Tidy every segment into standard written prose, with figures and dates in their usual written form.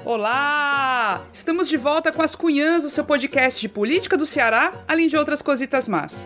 Olá! Estamos de volta com As Cunhãs, o seu podcast de política do Ceará, além de outras cositas más.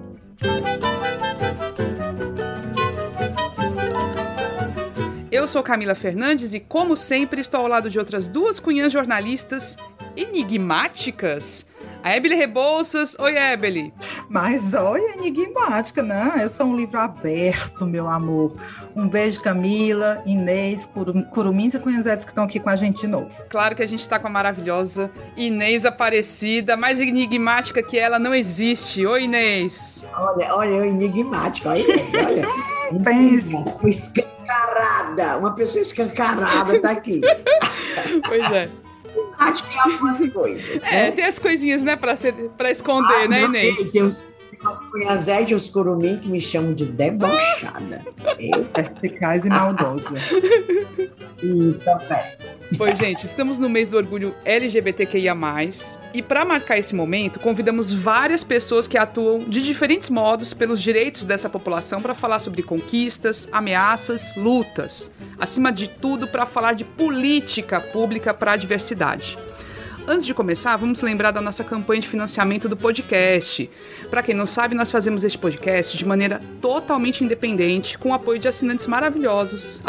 Eu sou Camila Fernandes e, como sempre, estou ao lado de outras duas cunhãs jornalistas enigmáticas. A Ebeli Rebouças. Oi, Ebeli. Mas olha, enigmática, né? Eu sou um livro aberto, meu amor. Um beijo, Camila, Inês, Curumins e Cunhazetes que estão aqui com a gente de novo. Claro que a gente está com a maravilhosa Inês Aparecida, mais enigmática que ela não existe. Oi, Inês. Olha, enigmática. Olha. Pense. Uma pessoa escancarada tá aqui. Pois é. Acho que é algumas coisas. Né? Tem as coisinhas, né, pra esconder, né, Inês? Tem os cunhazés e os curumim que me chamam de debochada. Perspicaz e maldosa. Também. Pois, gente, estamos no mês do orgulho LGBTQIA+, e para marcar esse momento, convidamos várias pessoas que atuam de diferentes modos pelos direitos dessa população para falar sobre conquistas, ameaças, lutas. Acima de tudo, para falar de política pública para a diversidade. Antes de começar, vamos lembrar da nossa campanha de financiamento do podcast. Para quem não sabe, nós fazemos este podcast de maneira totalmente independente, com o apoio de assinantes maravilhosas.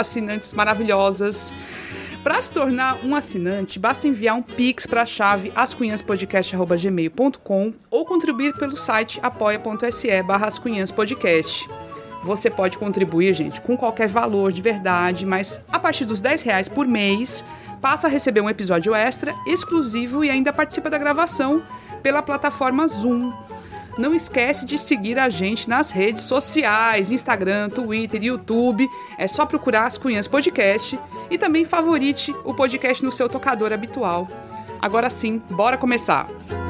Para se tornar um assinante, basta enviar um Pix para a chave ascunhaspodcast@gmail.com ou contribuir pelo site apoia.se/ascunhaspodcast. Você pode contribuir, gente, com qualquer valor de verdade, mas a partir dos R$10 por mês, passa a receber um episódio extra, exclusivo e ainda participa da gravação pela plataforma Zoom. Não esquece de seguir a gente nas redes sociais, Instagram, Twitter, YouTube. É só procurar As Cunhãs Podcast e também favorite o podcast no seu tocador habitual. Agora sim, bora começar!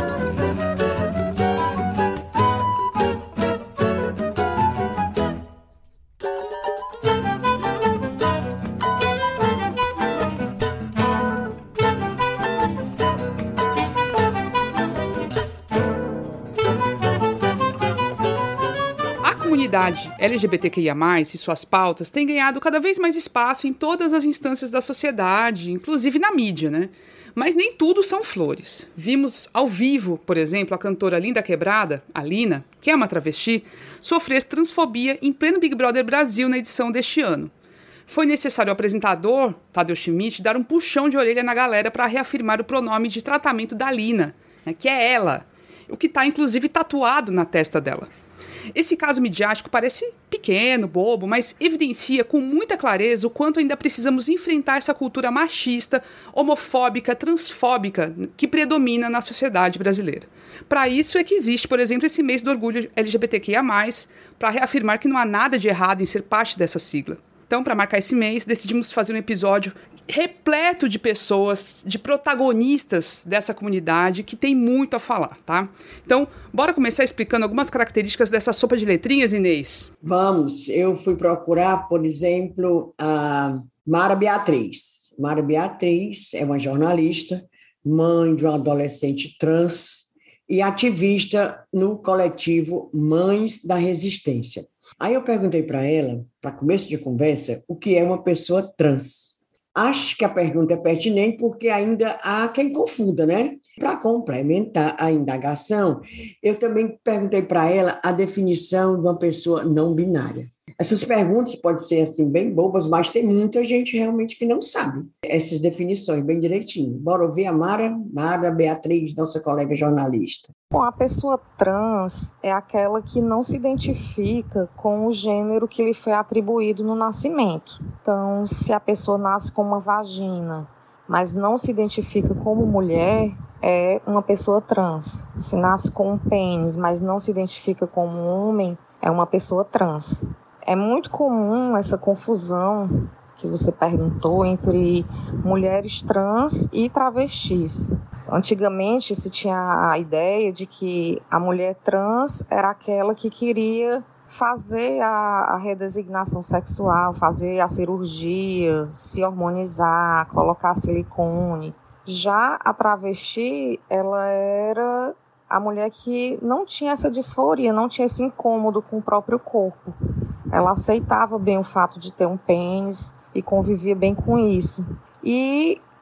A comunidade LGBTQIA+, e suas pautas têm ganhado cada vez mais espaço em todas as instâncias da sociedade, inclusive na mídia, né? Mas nem tudo são flores. Vimos ao vivo, por exemplo, a cantora Linda Quebrada, a Lina, que é uma travesti, sofrer transfobia em pleno Big Brother Brasil na edição deste ano. Foi necessário ao apresentador, Tadeu Schmidt, dar um puxão de orelha na galera para reafirmar o pronome de tratamento da Lina, né, que é ela, o que está inclusive tatuado na testa dela. Esse caso midiático parece pequeno, bobo, mas evidencia com muita clareza o quanto ainda precisamos enfrentar essa cultura machista, homofóbica, transfóbica que predomina na sociedade brasileira. Para isso é que existe, por exemplo, esse mês do orgulho LGBTQIA+, para reafirmar que não há nada de errado em ser parte dessa sigla. Então, para marcar esse mês, decidimos fazer um episódio repleto de pessoas, de protagonistas dessa comunidade que tem muito a falar, tá? Então, bora começar explicando algumas características dessa sopa de letrinhas, Inês? Vamos, eu fui procurar, por exemplo, a Mara Beatriz. Mara Beatriz é uma jornalista, mãe de um adolescente trans e ativista no coletivo Mães da Resistência. Aí eu perguntei para ela, para começo de conversa, o que é uma pessoa trans. Acho que a pergunta é pertinente porque ainda há quem confunda, né? Para complementar a indagação, eu também perguntei para ela a definição de uma pessoa não binária. Essas perguntas podem ser assim bem bobas, mas tem muita gente realmente que não sabe essas definições bem direitinho. Bora ouvir a Mara Beatriz, nossa colega jornalista. Bom, a pessoa trans é aquela que não se identifica com o gênero que lhe foi atribuído no nascimento. Então, se a pessoa nasce com uma vagina, mas não se identifica como mulher, é uma pessoa trans. Se nasce com um pênis, mas não se identifica como homem, é uma pessoa trans. É muito comum essa confusão que você perguntou entre mulheres trans e travestis. Antigamente se tinha a ideia de que a mulher trans era aquela que queria fazer a redesignação sexual, fazer a cirurgia, se hormonizar, colocar silicone. Já a travesti, ela era a mulher que não tinha essa disforia, não tinha esse incômodo com o próprio corpo. Ela aceitava bem o fato de ter um pênis e convivia bem com isso. E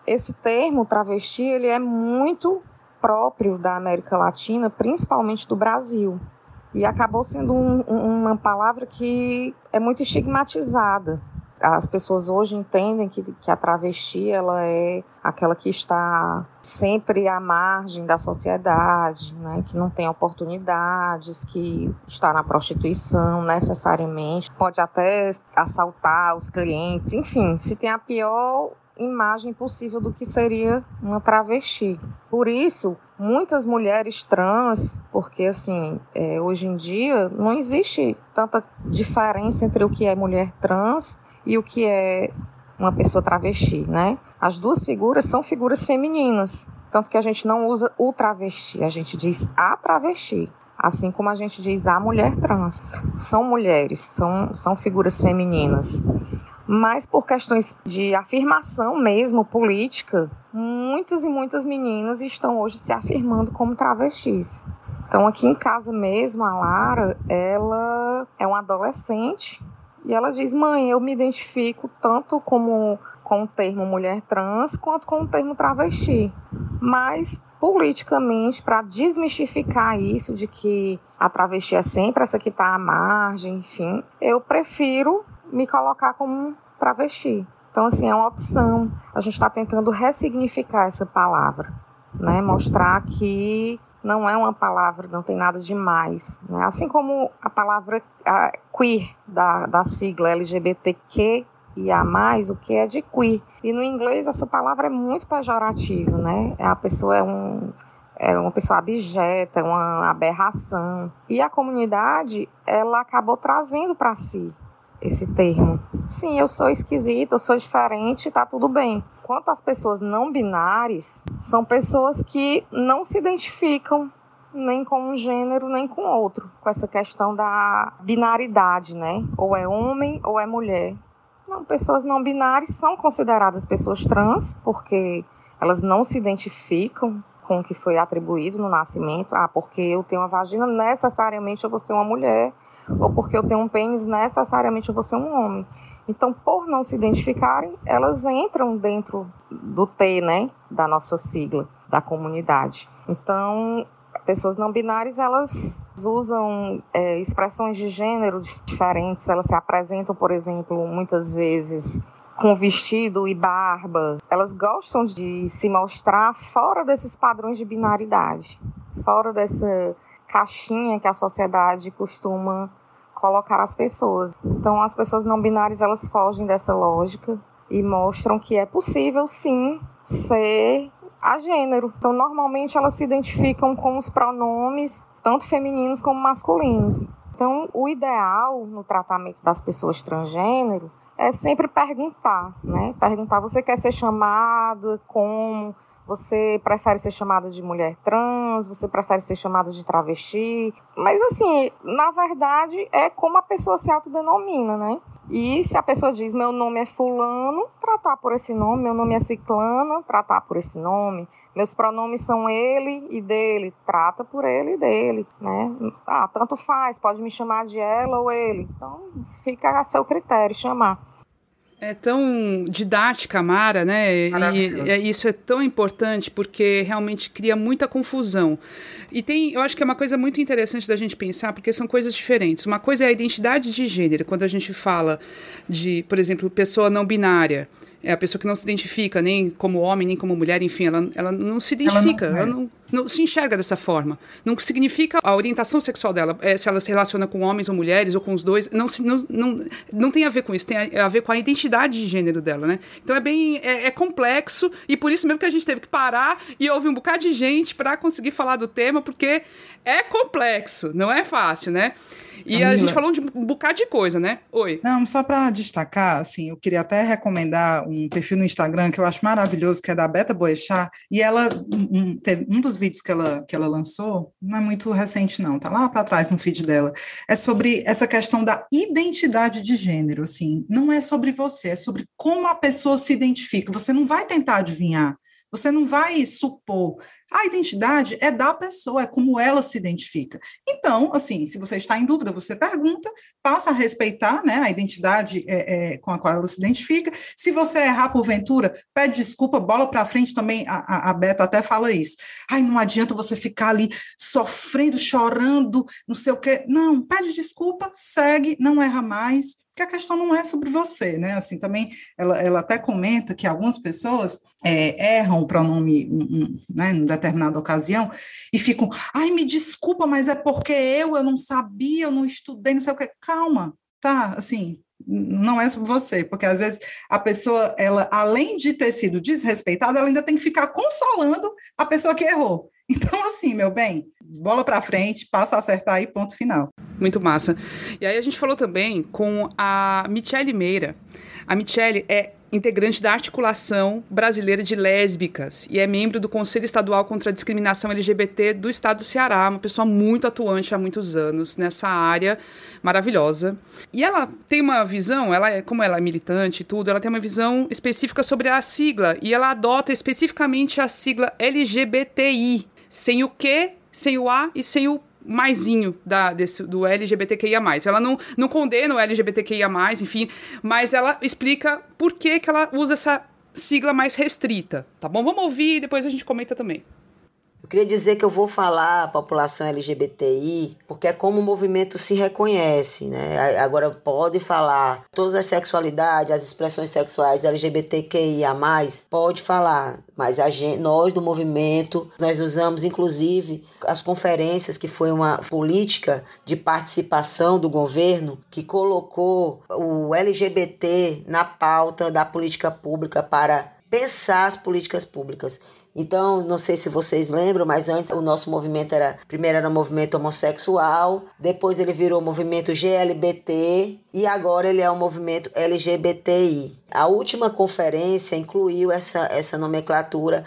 esse termo travesti, ele é muito próprio da América Latina, principalmente do Brasil. E acabou sendo uma palavra que é muito estigmatizada. As pessoas hoje entendem que a travesti ela é aquela que está sempre à margem da sociedade, né? Que não tem oportunidades, que está na prostituição necessariamente, pode até assaltar os clientes, enfim, se tem a pior imagem possível do que seria uma travesti. Por isso, muitas mulheres trans, porque assim, hoje em dia não existe tanta diferença entre o que é mulher trans e o que é uma pessoa travesti, né? As duas figuras são figuras femininas, tanto que a gente não usa o travesti, a gente diz a travesti, assim como a gente diz a mulher trans. São mulheres, são figuras femininas. Mas por questões de afirmação mesmo, política, muitas e muitas meninas estão hoje se afirmando como travestis. Então aqui em casa mesmo, a Lara, ela é uma adolescente e ela diz: mãe, eu me identifico tanto com o termo mulher trans quanto com o termo travesti. Mas politicamente, para desmistificar isso de que a travesti é sempre essa que está à margem, enfim, eu prefiro me colocar como um travesti. Então, assim, é uma opção. A gente está tentando ressignificar essa palavra, né? Mostrar que não é uma palavra, não tem nada demais, né? Assim como a palavra queer, da sigla LGBTQIA+, o que é de queer. E no inglês essa palavra é muito pejorativa, né? A pessoa é uma pessoa abjeta, é uma aberração. E a comunidade, ela acabou trazendo para si esse termo. Sim, eu sou esquisita, eu sou diferente, tá tudo bem. Quanto às pessoas não binárias, são pessoas que não se identificam nem com um gênero, nem com outro, com essa questão da binaridade, né? Ou é homem ou é mulher. Não, pessoas não binárias são consideradas pessoas trans, porque elas não se identificam com o que foi atribuído no nascimento. Porque eu tenho uma vagina, necessariamente eu vou ser uma mulher, ou porque eu tenho um pênis, necessariamente eu vou ser um homem. Então, por não se identificarem, elas entram dentro do T, né, da nossa sigla, da comunidade. Então, pessoas não binárias, elas usam expressões de gênero diferentes, elas se apresentam, por exemplo, muitas vezes com vestido e barba. Elas gostam de se mostrar fora desses padrões de binaridade, fora dessa caixinha que a sociedade costuma colocar as pessoas. Então, as pessoas não binárias, elas fogem dessa lógica e mostram que é possível, sim, ser a gênero. Então, normalmente, elas se identificam com os pronomes, tanto femininos como masculinos. Então, o ideal no tratamento das pessoas transgênero é sempre perguntar, né? Perguntar, você quer ser chamada como? Você prefere ser chamada de mulher trans? Você prefere ser chamada de travesti? Mas, assim, na verdade, é como a pessoa se autodenomina, né? E se a pessoa diz, meu nome é fulano, tratar por esse nome. Meu nome é ciclana, tratar por esse nome. Meus pronomes são ele e dele, trata por ele e dele, né? Tanto faz, pode me chamar de ela ou ele. Então, fica a seu critério chamar. É tão didática, Mara, né? E isso é tão importante porque realmente cria muita confusão. E eu acho que é uma coisa muito interessante da gente pensar, porque são coisas diferentes. Uma coisa é a identidade de gênero, quando a gente fala de, por exemplo, pessoa não binária. É a pessoa que não se identifica nem como homem, nem como mulher, enfim, ela não se identifica, ela não se enxerga dessa forma. Não significa a orientação sexual dela, se ela se relaciona com homens ou mulheres, ou com os dois, não tem a ver com isso, tem a ver com a identidade de gênero dela, né? Então é complexo, e por isso mesmo que a gente teve que parar e ouvir um bocado de gente para conseguir falar do tema, porque é complexo, não é fácil, né? E a gente falou de um bocado de coisa, né? Oi. Não, só para destacar, assim, eu queria até recomendar um perfil no Instagram que eu acho maravilhoso, que é da Beta Boechat, e ela, um dos vídeos que ela lançou, não é muito recente não, tá lá para trás no feed dela, é sobre essa questão da identidade de gênero, assim, não é sobre você, é sobre como a pessoa se identifica, você não vai tentar adivinhar Você não vai supor. A identidade é da pessoa, é como ela se identifica. Então, assim, se você está em dúvida, você pergunta, passa a respeitar, né, a identidade com a qual ela se identifica. Se você errar porventura, pede desculpa, bola para frente também, a Beta até fala isso. Ai, não adianta você ficar ali sofrendo, chorando, não sei o quê. Não, pede desculpa, segue, não erra mais, porque a questão não é sobre você, né? Assim, também ela até comenta que algumas pessoas erram o pronome né, em determinada ocasião e ficam, ai, me desculpa, mas é porque eu não sabia, eu não estudei, não sei o quê. Calma, tá? Assim, não é sobre você, porque às vezes a pessoa, ela, além de ter sido desrespeitada, ela ainda tem que ficar consolando a pessoa que errou. Então, assim, meu bem, bola para frente, passa a acertar aí, ponto final. Muito massa. E aí a gente falou também com a Michele Meira. A Michele é integrante da Articulação Brasileira de Lésbicas e é membro do Conselho Estadual contra a Discriminação LGBT do Estado do Ceará, uma pessoa muito atuante há muitos anos nessa área maravilhosa. E ela tem uma visão, como ela é militante e tudo, ela tem uma visão específica sobre a sigla e ela adota especificamente a sigla LGBTI, sem o Q, sem o A e sem o maisinho do LGBTQIA+. Ela não condena o LGBTQIA+, enfim, mas ela explica por que ela usa essa sigla mais restrita, tá bom? Vamos ouvir e depois a gente comenta também. Eu queria dizer que eu vou falar a população LGBTI porque é como o movimento se reconhece, né? Agora pode falar todas as sexualidades, as expressões sexuais LGBTQIA+, pode falar, mas nós do movimento, nós usamos inclusive as conferências, que foi uma política de participação do governo que colocou o LGBT na pauta da política pública para pensar as políticas públicas. Então, não sei se vocês lembram, mas antes o nosso movimento primeiro era um movimento homossexual, depois ele virou movimento GLBT e agora ele é um movimento LGBTI. A última conferência incluiu essa nomenclatura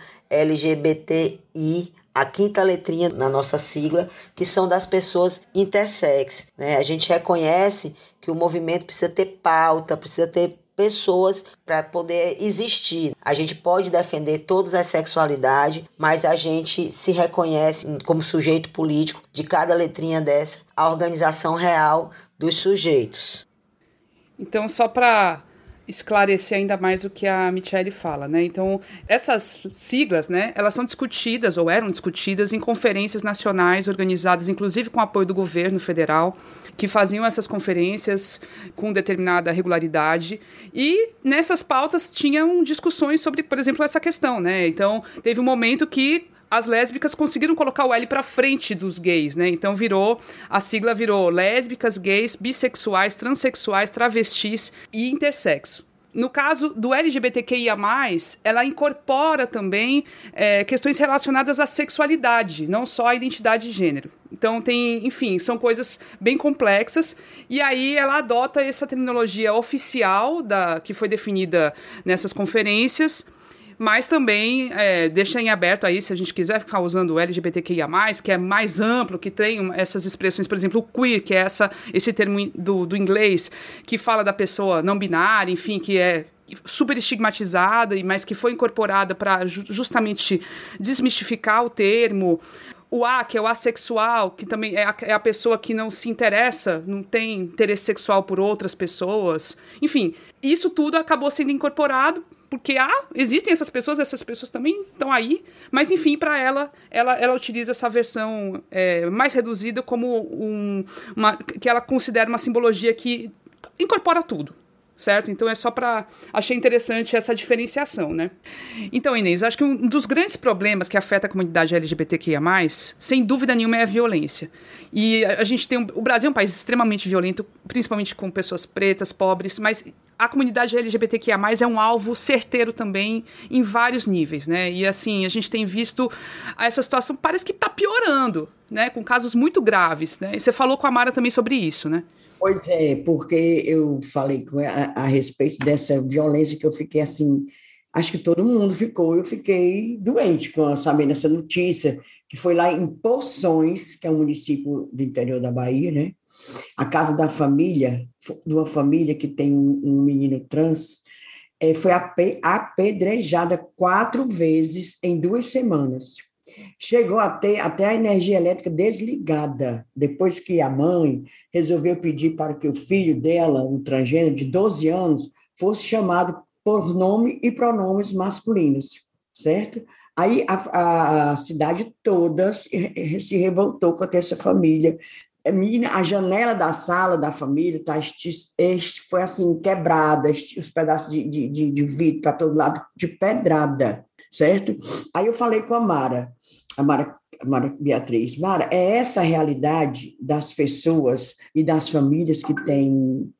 LGBTI, a quinta letrinha na nossa sigla, que são das pessoas intersex, né? A gente reconhece que o movimento precisa ter pauta, precisa ter pessoas para poder existir. A gente pode defender todas as sexualidades, mas a gente se reconhece como sujeito político de cada letrinha dessa, a organização real dos sujeitos. Então, só para esclarecer ainda mais o que a Michele fala, né? Então, essas siglas, né, elas são discutidas ou eram discutidas em conferências nacionais organizadas, inclusive com apoio do governo federal, que faziam essas conferências com determinada regularidade, e nessas pautas tinham discussões sobre, por exemplo, essa questão, né? Então, teve um momento que as lésbicas conseguiram colocar o L para frente dos gays, né? Então a sigla virou lésbicas, gays, bissexuais, transexuais, travestis e intersexo. No caso do LGBTQIA+, ela incorpora também questões relacionadas à sexualidade, não só à identidade de gênero. Então são coisas bem complexas, e aí ela adota essa terminologia oficial que foi definida nessas conferências, mas também deixa em aberto aí, se a gente quiser ficar usando o LGBTQIA+, que é mais amplo, que tem essas expressões, por exemplo, o queer, que é esse termo do inglês, que fala da pessoa não binária, enfim, que é super estigmatizada, mas que foi incorporada para justamente desmistificar o termo. O A, que é o assexual, que também é a pessoa que não se interessa, não tem interesse sexual por outras pessoas. Enfim, isso tudo acabou sendo incorporado, porque existem essas pessoas também estão aí, mas enfim, para ela utiliza essa versão mais reduzida como que ela considera uma simbologia que incorpora tudo, certo? Então achei interessante essa diferenciação, né? Então, Inês, acho que um dos grandes problemas que afeta a comunidade LGBTQIA+, sem dúvida nenhuma, é a violência. E a gente o Brasil é um país extremamente violento, principalmente com pessoas pretas, pobres, mas a comunidade LGBTQIA+, é um alvo certeiro também em vários níveis, né? E assim, a gente tem visto essa situação, parece que está piorando, né? Com casos muito graves, né? E você falou com a Mara também sobre isso, né? Pois é, porque eu falei a respeito dessa violência que eu fiquei assim, acho que todo mundo ficou, eu fiquei doente sabendo essa notícia, que foi lá em Poções, que é um município do interior da Bahia, né? A casa de uma família que tem um menino trans, foi apedrejada 4 vezes em 2 semanas. Chegou a ter até a energia elétrica desligada, depois que a mãe resolveu pedir para que o filho dela, um transgênero de 12 anos, fosse chamado por nome e pronomes masculinos, certo? Aí a cidade toda se revoltou contra essa família. A janela da sala da família foi assim, quebrada, os pedaços de vidro para todo lado, de pedrada, certo? Aí eu falei com a Mara Beatriz, Mara, é essa a realidade das pessoas e das famílias que têm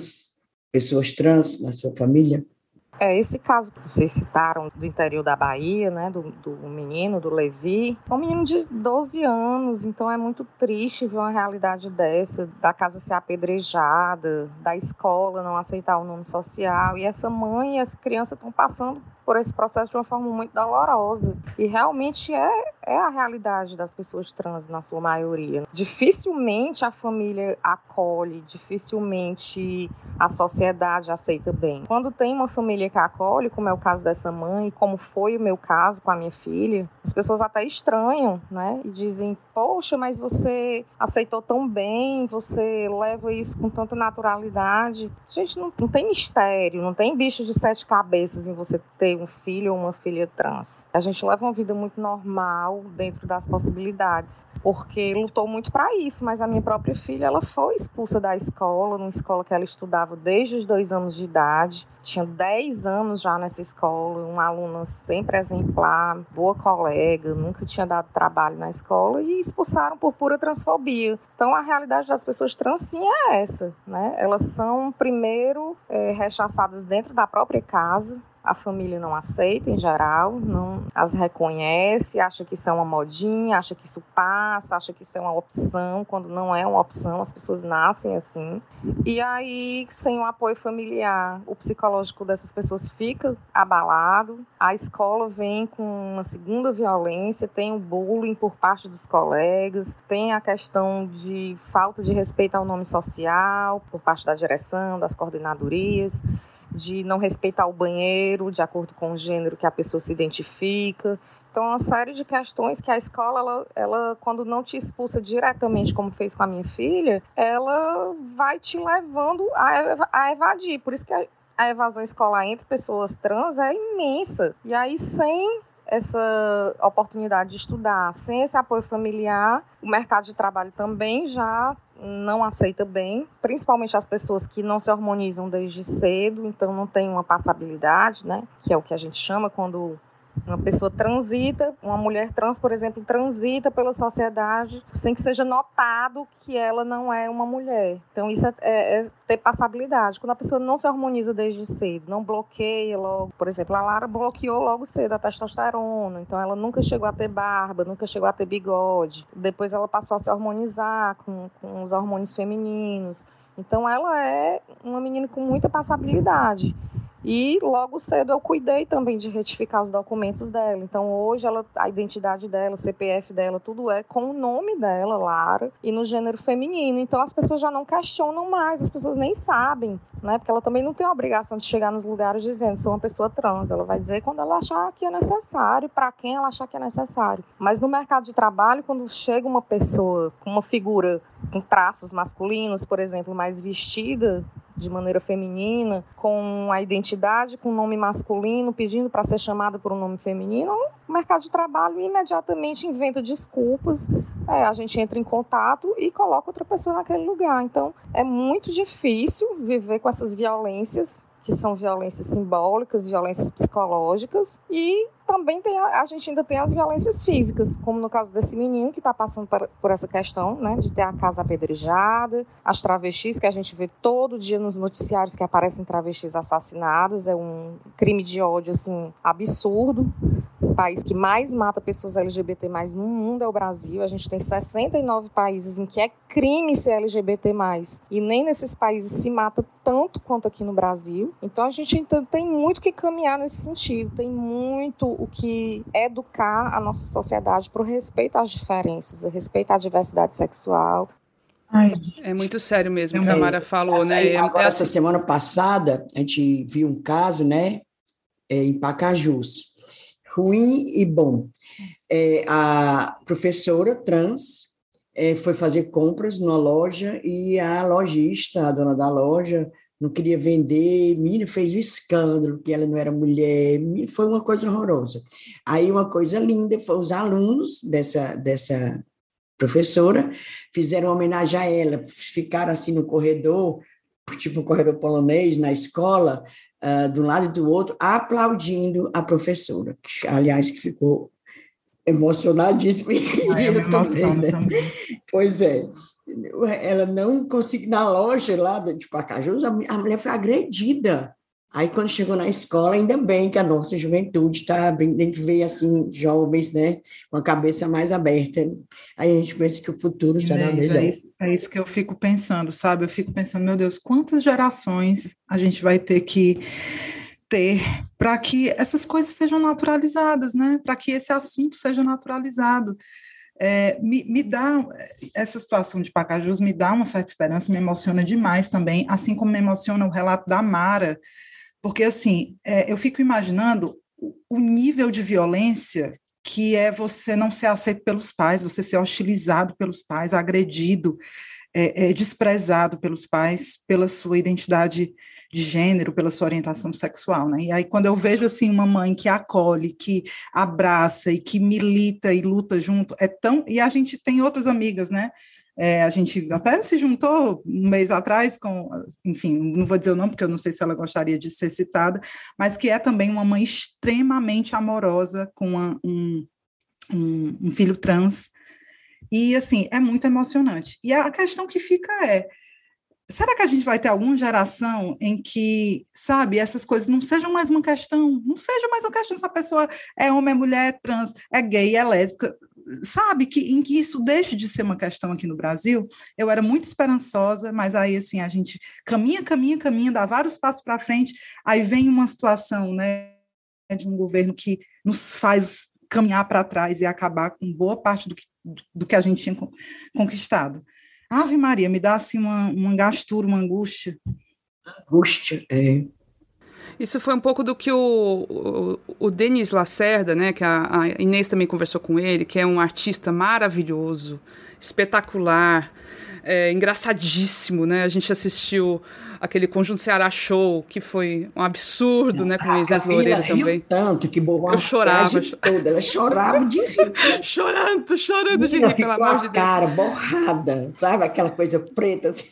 pessoas trans na sua família? Esse caso que vocês citaram do interior da Bahia, né, do menino, do Levi, é um menino de 12 anos, então é muito triste ver uma realidade dessa, da casa ser apedrejada, da escola não aceitar o nome social, e essa mãe e essa criança estão passando por esse processo de uma forma muito dolorosa, e realmente é a realidade das pessoas trans na sua maioria. Dificilmente a família acolhe, dificilmente a sociedade aceita bem. Quando tem uma família que acolhe, como é o caso dessa mãe, como foi o meu caso com a minha filha, as pessoas até estranham, né? E dizem, poxa, mas você aceitou tão bem, você leva isso com tanta naturalidade. Gente, não tem mistério, não tem bicho de 7 cabeças em você ter um filho ou uma filha trans. A gente leva uma vida muito normal, dentro das possibilidades, porque lutou muito para isso, mas a minha própria filha, ela foi expulsa da escola, numa escola que ela estudava desde os 2 anos de idade, tinha 10 anos já nessa escola, uma aluna sempre exemplar, boa colega, nunca tinha dado trabalho na escola e expulsaram por pura transfobia. Então a realidade das pessoas trans sim é essa, né? Elas são primeiro rechaçadas dentro da própria casa. A família não aceita, em geral, não as reconhece, acha que isso é uma modinha, acha que isso passa, acha que isso é uma opção, quando não é uma opção, as pessoas nascem assim. E aí, sem o apoio familiar, o psicológico dessas pessoas fica abalado, a escola vem com uma segunda violência, tem o bullying por parte dos colegas, tem a questão de falta de respeito ao nome social por parte da direção, das coordenadorias, de não respeitar o banheiro de acordo com o gênero que a pessoa se identifica. Então, uma série de questões que a escola, ela quando não te expulsa diretamente, como fez com a minha filha, ela vai te levando a evadir. Por isso que a evasão escolar entre pessoas trans é imensa. E aí, sem essa oportunidade de estudar, sem esse apoio familiar, o mercado de trabalho também já não aceita bem, principalmente as pessoas que não se hormonizam desde cedo, então não tem uma passabilidade, né? Que é o que a gente chama quando uma pessoa transita, uma mulher trans, por exemplo, transita pela sociedade sem que seja notado que ela não é uma mulher. Então isso é ter passabilidade. Quando a pessoa não se hormoniza desde cedo, não bloqueia logo. Por exemplo, a Lara bloqueou logo cedo a testosterona, então ela nunca chegou a ter barba, nunca chegou a ter bigode. Depois ela passou a se hormonizar com os hormônios femininos. Então ela é uma menina com muita passabilidade. E logo cedo eu cuidei também de retificar os documentos dela. Então hoje a identidade dela, o CPF dela, tudo é com o nome dela, Lara, e no gênero feminino. Então as pessoas já não questionam mais, as pessoas nem sabem, né? Porque ela também não tem a obrigação de chegar nos lugares dizendo sou uma pessoa trans. Ela vai dizer quando ela achar que é necessário, para quem ela achar que é necessário. Mas no mercado de trabalho, quando chega uma pessoa com uma figura com traços masculinos, por exemplo, mais vestida de maneira feminina, com a identidade, com o nome masculino, pedindo para ser chamada por um nome feminino, o mercado de trabalho imediatamente inventa desculpas, a gente entra em contato e coloca outra pessoa naquele lugar. Então, é muito difícil viver com essas violências, que são violências simbólicas, violências psicológicas, e também a gente ainda tem as violências físicas, como no caso desse menino que está passando por essa questão, né, de ter a casa apedrejada, as travestis que a gente vê todo dia nos noticiários que aparecem travestis assassinadas, é um crime de ódio assim, absurdo. O país que mais mata pessoas LGBT+ no mundo é o Brasil. A gente tem 69 países em que é crime ser LGBT+. E nem nesses países se mata tanto quanto aqui no Brasil. Então a gente tem muito que caminhar nesse sentido. Tem muito o que educar a nossa sociedade para o respeito às diferenças, o respeito à diversidade sexual. Ai, É muito sério mesmo o que a também. Mara falou, né? Agora, essa Assim, semana passada, a gente viu um caso, né, em Pacajus, ruim e bom. A professora trans foi fazer compras numa loja e a lojista, a dona da loja, não queria vender, menina fez um escândalo, que ela não era mulher, foi uma coisa horrorosa. Aí uma coisa linda foi os alunos dessa professora fizeram uma homenagem a ela, ficaram assim no corredor, tipo um corredor polonês na escola, de um lado e do outro, aplaudindo a professora, que, aliás, que ficou emocionadíssima, Ai, e eu me eu também, emociono né? também. Pois é, ela não conseguiu, na loja lá de Pacajus, a mulher foi agredida. Aí, quando chegou na escola, ainda bem que a nossa juventude está, a gente vê assim, jovens, né, com a cabeça mais aberta. Aí a gente pensa que o futuro será Inês, melhor. é isso que eu fico pensando, sabe? Eu fico pensando, meu Deus, quantas gerações a gente vai ter que ter para que essas coisas sejam naturalizadas, né? Para que esse assunto seja naturalizado. Me dá, essa situação de Pacajus me dá uma certa esperança, me emociona demais também, assim como me emociona o relato da Mara, porque, assim, eu fico imaginando o nível de violência que é você não ser aceito pelos pais, você ser hostilizado pelos pais, agredido, desprezado pelos pais, pela sua identidade de gênero, pela sua orientação sexual, né? E aí, quando eu vejo, assim, uma mãe que acolhe, que abraça e que milita e luta junto, E a gente tem outras amigas, né? A gente até se juntou um mês atrás com, enfim, não vou dizer o nome, porque eu não sei se ela gostaria de ser citada, mas que é também uma mãe extremamente amorosa com um filho trans, e, assim, é muito emocionante. E a questão que fica será que a gente vai ter alguma geração em que, sabe, essas coisas não sejam mais uma questão, não seja mais uma questão se a pessoa é homem, é mulher, é trans, é gay, é lésbica, sabe, em que isso deixe de ser uma questão aqui no Brasil? Eu era muito esperançosa, mas aí, assim, a gente caminha, dá vários passos para frente, aí vem uma situação, né, de um governo que nos faz caminhar para trás e acabar com boa parte do que a gente tinha conquistado. Ave Maria, me dá assim uma gastura, uma angústia. Angústia, isso foi um pouco do que o Denis Lacerda, né, que a Inês também conversou com ele, que é um artista maravilhoso, espetacular, engraçadíssimo, né? A gente assistiu aquele Conjunto Ceará Show, que foi um absurdo, né, com o Moisés Loureiro também. Tanto que borrou eu chorava. Toda, ela chorava de rir. chorando de rir, pelo amor de Deus. A cara borrada, sabe? Aquela coisa preta assim.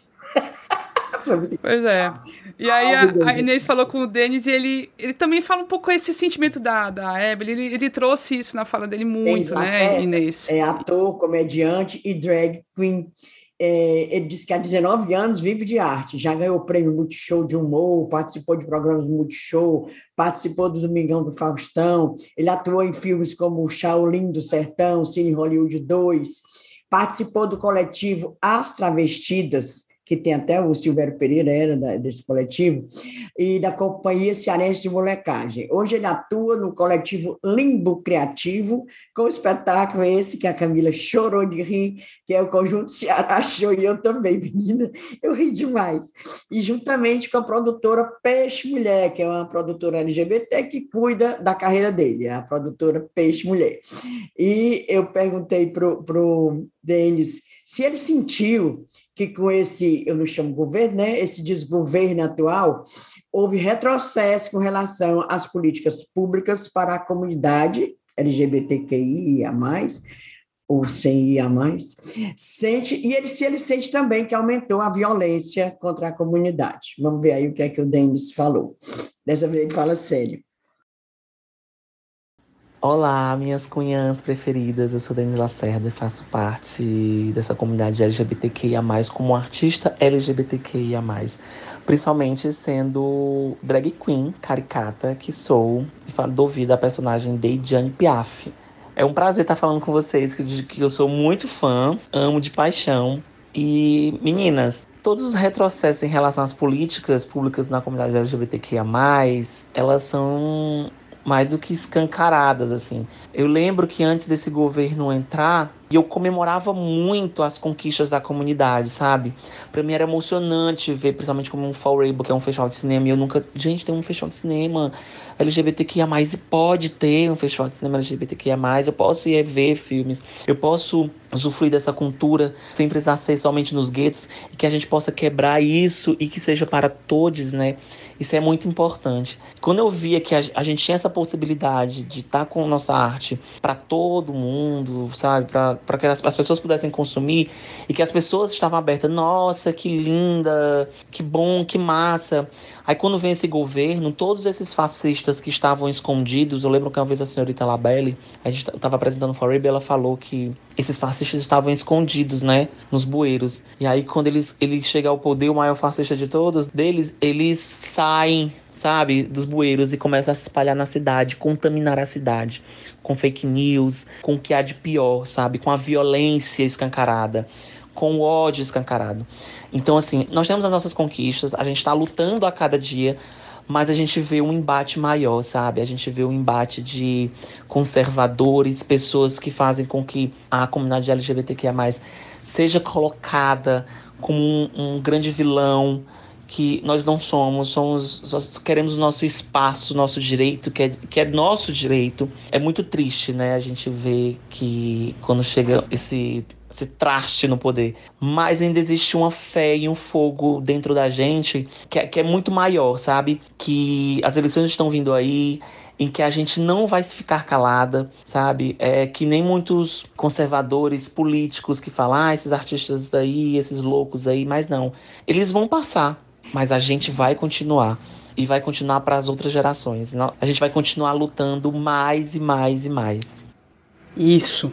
Pois é. E aí a Inês falou com o Denis e ele também fala um pouco esse sentimento da Evelyn. Ele trouxe isso na fala dele muito, né, Inês? É ator, comediante e drag queen. Ele disse que há 19 anos vive de arte, já ganhou o prêmio Multishow de humor, participou de programas do Multishow, participou do Domingão do Faustão, ele atuou em filmes como o Shaolin do Sertão, Cine Hollywood 2, participou do coletivo As Travestidas, que tem até o Silvério Pereira, era desse coletivo, e da Companhia Cearense de Molecagem. Hoje ele atua no coletivo Limbo Criativo, com o espetáculo esse que a Camila chorou de rir, que é o Conjunto Ceará Show, e eu também, menina, eu ri demais. E juntamente com a produtora Peixe Mulher, que é uma produtora LGBT que cuida da carreira dele, a produtora Peixe Mulher. E eu perguntei para o Denis se ele sentiu que com esse, eu não chamo governo, né, esse desgoverno atual, houve retrocesso com relação às políticas públicas para a comunidade LGBTQIA+, ou sem IA+, se ele sente também que aumentou a violência contra a comunidade. Vamos ver aí o que é que o Denis falou. Dessa vez ele fala sério. Olá, minhas cunhãs preferidas, eu sou Denis Lacerda e faço parte dessa comunidade LGBTQIA+, como artista LGBTQIA+, principalmente sendo drag queen, caricata, que sou, e dou vida à personagem Deidjane Piaf. É um prazer estar falando com vocês, que eu sou muito fã, amo de paixão. E, meninas, todos os retrocessos em relação às políticas públicas na comunidade LGBTQIA+, elas são mais do que escancaradas, assim. Eu lembro que antes desse governo entrar, E eu comemorava muito as conquistas da comunidade, sabe? Pra mim era emocionante ver, principalmente como um Fall Rainbow, que é um festival de cinema. E eu nunca... Gente, tem um festival de cinema LGBTQIA+, e pode ter um festival de cinema LGBTQIA+. Eu posso ir ver filmes. Eu posso usufruir dessa cultura sem precisar ser somente nos guetos. E que a gente possa quebrar isso e que seja para todos, né? Isso é muito importante. Quando eu via que a gente tinha essa possibilidade de estar com nossa arte para todo mundo, sabe? Para que as pessoas pudessem consumir e que as pessoas estavam abertas. Nossa, que linda, que bom, que massa. Aí quando vem esse governo, todos esses fascistas que estavam escondidos, eu lembro que uma vez a senhorita Labelle, a gente estava apresentando o Forever, ela falou que esses fascistas estavam escondidos, né, nos bueiros. E aí quando ele chega ao poder, o maior fascista de todos deles, eles saem, sabe, dos bueiros e começam a se espalhar na cidade, contaminar a cidade com fake news, com o que há de pior, sabe, com a violência escancarada, com o ódio escancarado. Então, assim, nós temos as nossas conquistas, a gente está lutando a cada dia, mas a gente vê um embate maior, sabe? A gente vê um embate de conservadores, pessoas que fazem com que a comunidade LGBTQIA+, seja colocada como um grande vilão, que nós não somos, queremos o nosso espaço, nosso direito, que é nosso direito. É muito triste, né? A gente vê que quando chega esse traste no poder. Mas ainda existe uma fé e um fogo dentro da gente que é muito maior, sabe? Que as eleições estão vindo aí, em que a gente não vai se ficar calada, sabe? É que nem muitos conservadores políticos que falam, esses artistas aí, esses loucos aí, mas não. Eles vão passar, mas a gente vai continuar. E vai continuar para as outras gerações. A gente vai continuar lutando mais e mais e mais. Isso.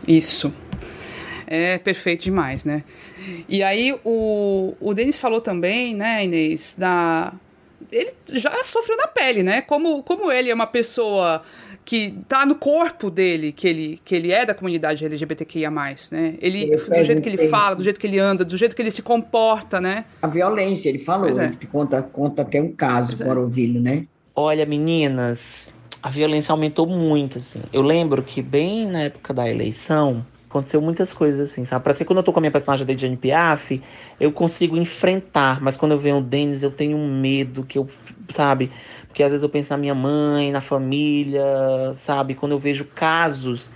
É perfeito demais, né? E aí o Denis falou também, né, Inês, ele já sofreu na pele, né? Como ele é uma pessoa que tá no corpo dele, que ele é da comunidade LGBTQIA+, né? Do jeito que ele fala, do jeito que ele anda, do jeito que ele se comporta, né? A violência, ele falou, ele conta até um caso com o Orvilho, né? Olha, meninas, a violência aumentou muito, assim. Eu lembro que bem na época da eleição, aconteceu muitas coisas assim, sabe? Parece que quando eu tô com a minha personagem da Jane Piaf, eu consigo enfrentar, mas quando eu vejo o Denis, eu tenho medo, sabe? Porque às vezes eu penso na minha mãe, na família, sabe? Quando eu vejo casos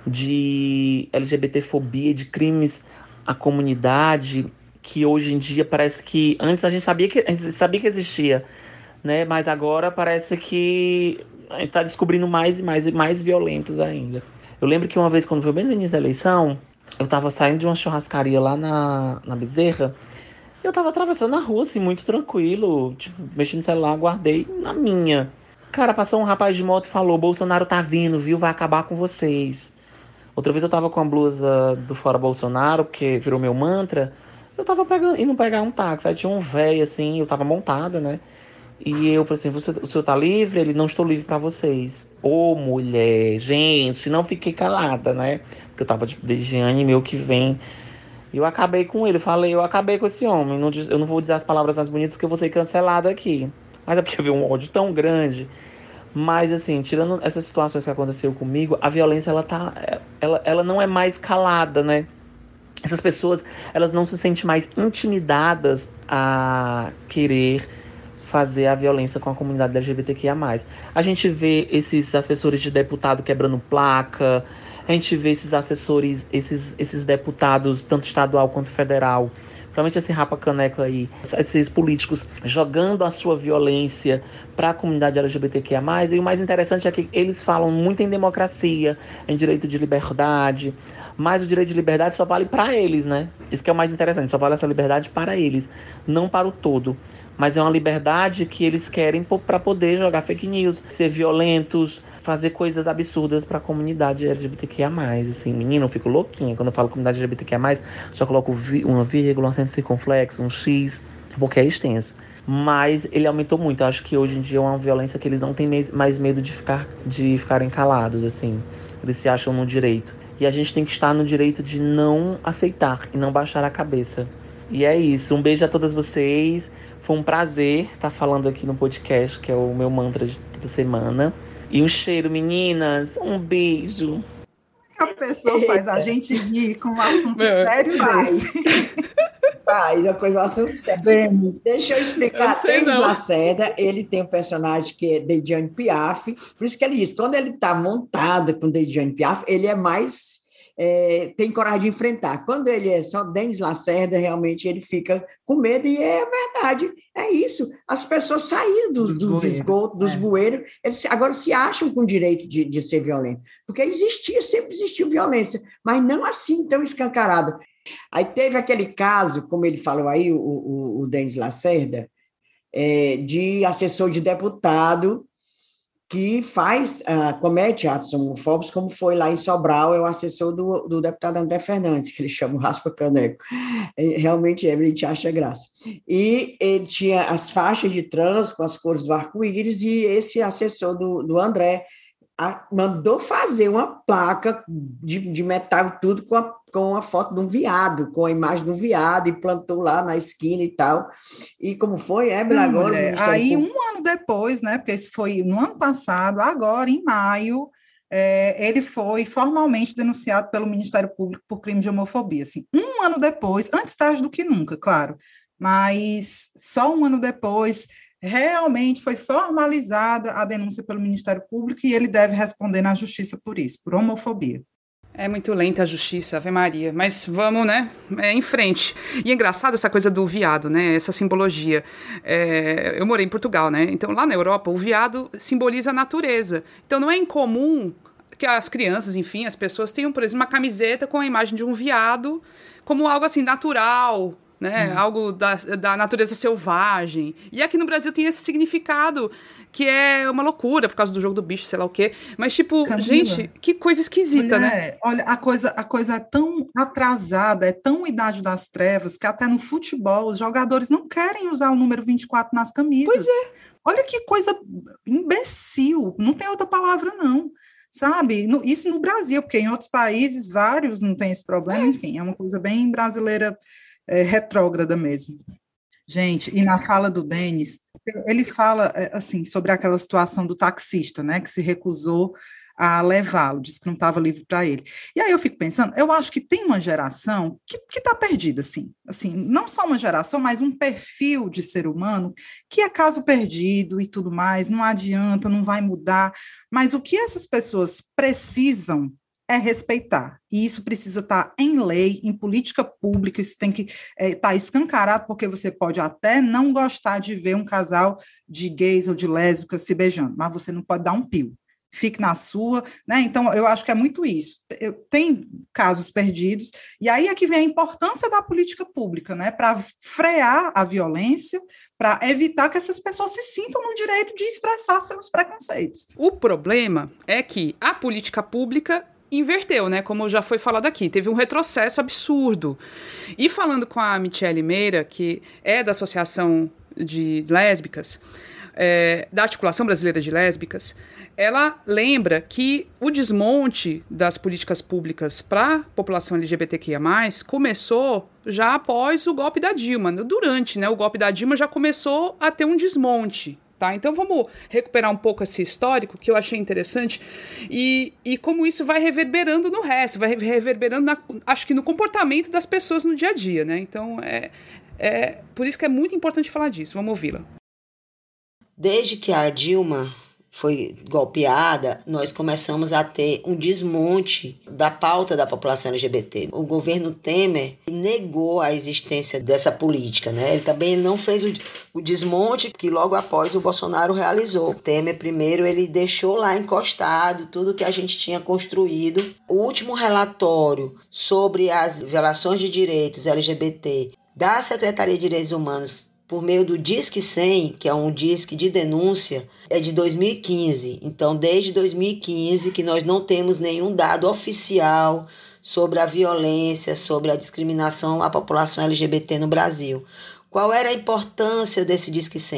de LGBTfobia, de crimes à comunidade, que hoje em dia parece que... Antes a gente sabia que existia, né? Mas agora parece que a gente tá descobrindo mais e mais e mais violentos ainda. Eu lembro que uma vez, quando foi bem no início da eleição, eu tava saindo de uma churrascaria lá na Bezerra, eu tava atravessando a rua, assim, muito tranquilo, tipo, mexendo no celular, guardei na minha. Cara, passou um rapaz de moto e falou, Bolsonaro tá vindo, viu, vai acabar com vocês. Outra vez eu tava com a blusa do Fora Bolsonaro, porque virou meu mantra, eu tava indo pegar um táxi, aí tinha um velho, assim, eu tava montada, né? E eu falei assim, o senhor tá livre? Ele, não estou livre pra vocês. Ô, mulher, gente, não fiquei calada, né? Porque eu tava de Giane, meu que vem. E eu acabei com ele, eu acabei com esse homem. Eu não vou dizer as palavras mais bonitas que eu vou ser cancelada aqui. Mas é porque eu vi um ódio tão grande. Mas, assim, tirando essas situações que aconteceu comigo, a violência, ela não é mais calada, né? Essas pessoas, elas não se sentem mais intimidadas a querer fazer a violência com a comunidade LGBTQIA+. A gente vê esses assessores de deputado quebrando placa, a gente vê esses assessores, esses deputados, tanto estadual quanto federal, principalmente esse rapa-caneco aí, esses políticos jogando a sua violência para a comunidade LGBTQIA+. E o mais interessante é que eles falam muito em democracia, em direito de liberdade, mas o direito de liberdade só vale para eles, né? Isso que é o mais interessante, só vale essa liberdade para eles, não para o todo. Mas é uma liberdade que eles querem para poder jogar fake news, ser violentos, fazer coisas absurdas para a comunidade LGBTQIA+. Assim, menina, eu fico louquinha. Quando eu falo comunidade LGBTQIA+, só coloco uma vírgula, um acento circunflexo, um X, porque é extenso. Mas ele aumentou muito. Eu acho que hoje em dia é uma violência que eles não têm mais medo de ficarem calados, assim. Eles se acham no direito. E a gente tem que estar no direito de não aceitar e não baixar a cabeça. E é isso. Um beijo a todas vocês. Foi um prazer estar falando aqui no podcast, que é o meu mantra de toda semana. E um cheiro, meninas. Um beijo. A pessoa faz a gente rir com um assunto sério desse. Faz, uma coisa, um assunto sério. Deixa eu explicar. Denis não. Lacerda, ele tem um personagem que é Dejiane Piaf, por isso que ele diz, quando ele está montado com Dejiane Piaf, ele é mais... tem coragem de enfrentar. Quando ele é só Denis Lacerda, realmente ele fica com medo, e é verdade, é isso. As pessoas saíram dos esgotos, dos bueiros, eles agora se acham com o direito de ser violento, porque sempre existiu violência, mas não assim tão escancarada. Aí teve aquele caso, como ele falou aí, o Denis Lacerda, de assessor de deputado que comete atos homofóbicos, como foi lá em Sobral, é o assessor do deputado André Fernandes, que ele chama o Raspa Caneco. Realmente a gente acha graça. E ele tinha as faixas de trans com as cores do arco-íris, e esse assessor do André mandou fazer uma placa de metal e tudo com a foto de um viado, com a imagem de um viado, e plantou lá na esquina e tal. E como foi, agora? Aí, um ano depois, né, porque isso foi no ano passado, agora, em maio, ele foi formalmente denunciado pelo Ministério Público por crime de homofobia. Assim, um ano depois, antes tarde do que nunca, claro, mas só um ano depois... realmente foi formalizada a denúncia pelo Ministério Público e ele deve responder na justiça por isso, por homofobia. É muito lenta a justiça, Ave Maria, mas vamos, né, em frente. E é engraçado essa coisa do viado, né, essa simbologia. Eu morei em Portugal, né, então lá na Europa o viado simboliza a natureza. Então não é incomum que as crianças, enfim, as pessoas tenham, por exemplo, uma camiseta com a imagem de um viado como algo assim natural, né? Algo da natureza selvagem. E aqui no Brasil tem esse significado que é uma loucura por causa do jogo do bicho, sei lá o quê. Mas, tipo, Camila, gente, que coisa esquisita, né? Olha, a coisa é tão atrasada, é tão idade das trevas, que até no futebol os jogadores não querem usar o número 24 nas camisas. Pois é. Olha que coisa imbecil, não tem outra palavra, não. Sabe? Isso no Brasil, porque em outros países, vários não tem esse problema, enfim, é uma coisa bem brasileira, retrógrada mesmo. Gente, e na fala do Denis, ele fala assim sobre aquela situação do taxista, né, que se recusou a levá-lo, disse que não estava livre para ele. E aí eu fico pensando, eu acho que tem uma geração que está perdida, assim, não só uma geração, mas um perfil de ser humano que é caso perdido e tudo mais, não adianta, não vai mudar, mas o que essas pessoas precisam é respeitar, e isso precisa estar em lei, em política pública, isso tem que estar escancarado, porque você pode até não gostar de ver um casal de gays ou de lésbicas se beijando, mas você não pode dar um pio, fique na sua, né? Então eu acho que é muito isso, tem casos perdidos, e aí é que vem a importância da política pública, né, para frear a violência, para evitar que essas pessoas se sintam no direito de expressar seus preconceitos. O problema é que a política pública inverteu, né? Como já foi falado aqui, teve um retrocesso absurdo. E falando com a Michele Meira, que é da Associação de Lésbicas, da Articulação Brasileira de Lésbicas, ela lembra que o desmonte das políticas públicas para a população LGBTQIA+, começou já após o golpe da Dilma. Durante, né, o golpe da Dilma já começou a ter um desmonte. Tá? Então vamos recuperar um pouco esse histórico que eu achei interessante e como isso vai reverberando no resto, vai reverberando, acho que no comportamento das pessoas no dia a dia, né? Então por isso que é muito importante falar disso. Vamos ouvi-la. Desde que a Dilma foi golpeada, nós começamos a ter um desmonte da pauta da população LGBT. O governo Temer negou a existência dessa política, né? Ele também não fez o desmonte que logo após o Bolsonaro realizou. O Temer, primeiro, ele deixou lá encostado tudo que a gente tinha construído. O último relatório sobre as violações de direitos LGBT da Secretaria de Direitos Humanos por meio do Disque 100, que é um disque de denúncia, é de 2015. Então, desde 2015 que nós não temos nenhum dado oficial sobre a violência, sobre a discriminação à população LGBT no Brasil. Qual era a importância desse Disque 100?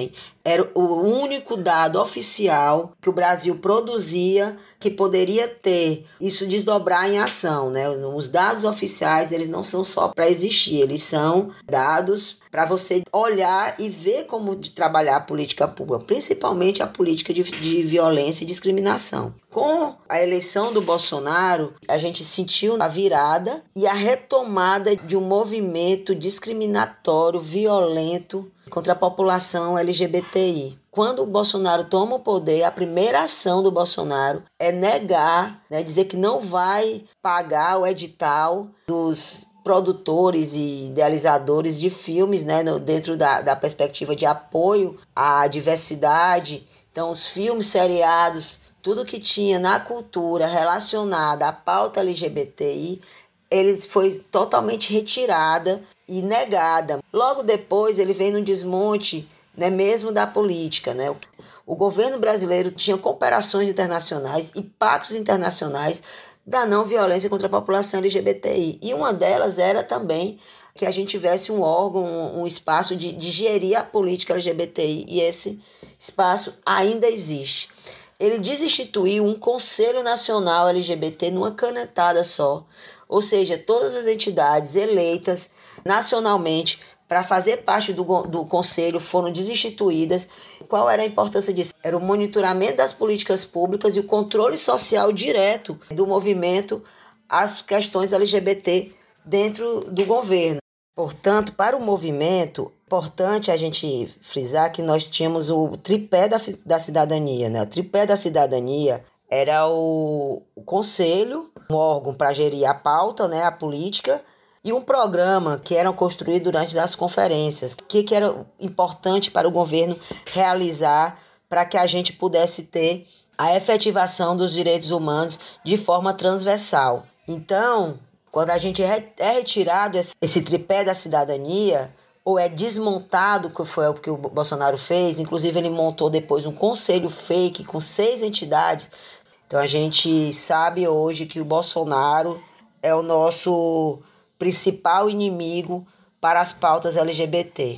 era o único dado oficial que o Brasil produzia que poderia ter isso desdobrar em ação, né? Os dados oficiais, eles não são só para existir, eles são dados para você olhar e ver como de trabalhar a política pública, principalmente a política de violência e discriminação. Com a eleição do Bolsonaro, a gente sentiu a virada e a retomada de um movimento discriminatório, violento contra a população LGBTI. Quando o Bolsonaro toma o poder, a primeira ação do Bolsonaro é negar, né, dizer que não vai pagar o edital dos produtores e idealizadores de filmes, né, dentro da perspectiva de apoio à diversidade. Então, os filmes, seriados, tudo que tinha na cultura relacionada à pauta LGBTI, ele foi totalmente retirada e negada. Logo depois, ele vem no desmonte, né, mesmo da política, né? O governo brasileiro tinha cooperações internacionais e pactos internacionais da não violência contra a população LGBTI. E uma delas era também que a gente tivesse um órgão, um espaço de gerir a política LGBTI, e esse espaço ainda existe. Ele desinstituiu um Conselho Nacional LGBT numa canetada só, ou seja, todas as entidades eleitas nacionalmente para fazer parte do Conselho foram desinstituídas. Qual era a importância disso? Era o monitoramento das políticas públicas e o controle social direto do movimento às questões LGBT dentro do governo. Portanto, para o movimento, é importante a gente frisar que nós tínhamos o tripé da cidadania, né? O tripé da cidadania era o conselho, um órgão para gerir a pauta, né? A política, e um programa que era construído durante as conferências, que era importante para o governo realizar para que a gente pudesse ter a efetivação dos direitos humanos de forma transversal. Então, quando a gente é retirado esse tripé da cidadania, ou é desmontado, que foi o que o Bolsonaro fez, inclusive ele montou depois um conselho fake com 6 entidades. Então a gente sabe hoje que o Bolsonaro é o nosso principal inimigo para as pautas LGBT.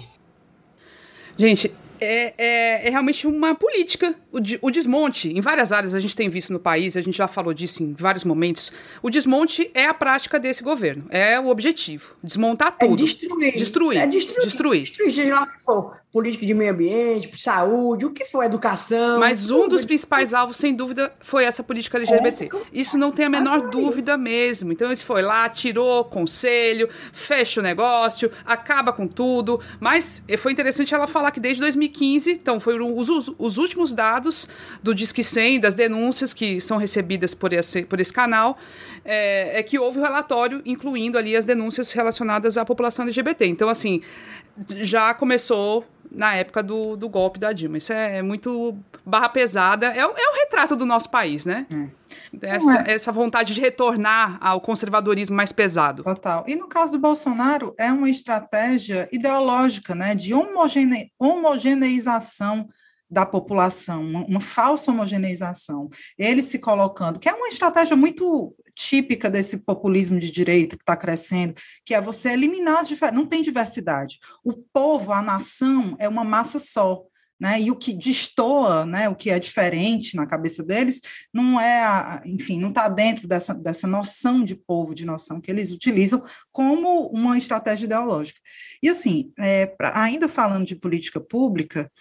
Gente, é realmente uma política, o desmonte. Em várias áreas a gente tem visto no país, a gente já falou disso em vários momentos. O desmonte é a prática desse governo, é o objetivo. Desmontar tudo. Destruir. Destruir, seja lá o que for. Política de meio ambiente, saúde, o que for, educação. Mas um dos principais alvos, sem dúvida, foi essa política LGBT. Isso não tem a menor dúvida mesmo. Então, eles foi lá, tirou conselho, fecha o negócio, acaba com tudo. Mas foi interessante ela falar que desde 2015, então, foram os últimos dados do Disque 100, das denúncias que são recebidas por esse canal, é que houve um relatório incluindo ali as denúncias relacionadas à população LGBT. Então, assim, já começou na época do golpe da Dilma. Isso é muito barra pesada. É o retrato do nosso país, né? Essa vontade de retornar ao conservadorismo mais pesado. Total. E no caso do Bolsonaro, é uma estratégia ideológica, né, de homogeneização da população, uma falsa homogeneização. Ele se colocando, que é uma estratégia muito típica desse populismo de direita que está crescendo, que é você eliminar as diferenças. Não tem diversidade. O povo, a nação, é uma massa só. Né, e o que destoa, né, o que é diferente na cabeça deles, não é, enfim, não está dentro dessa noção de povo, de noção que eles utilizam como uma estratégia ideológica. E assim, ainda falando de política pública,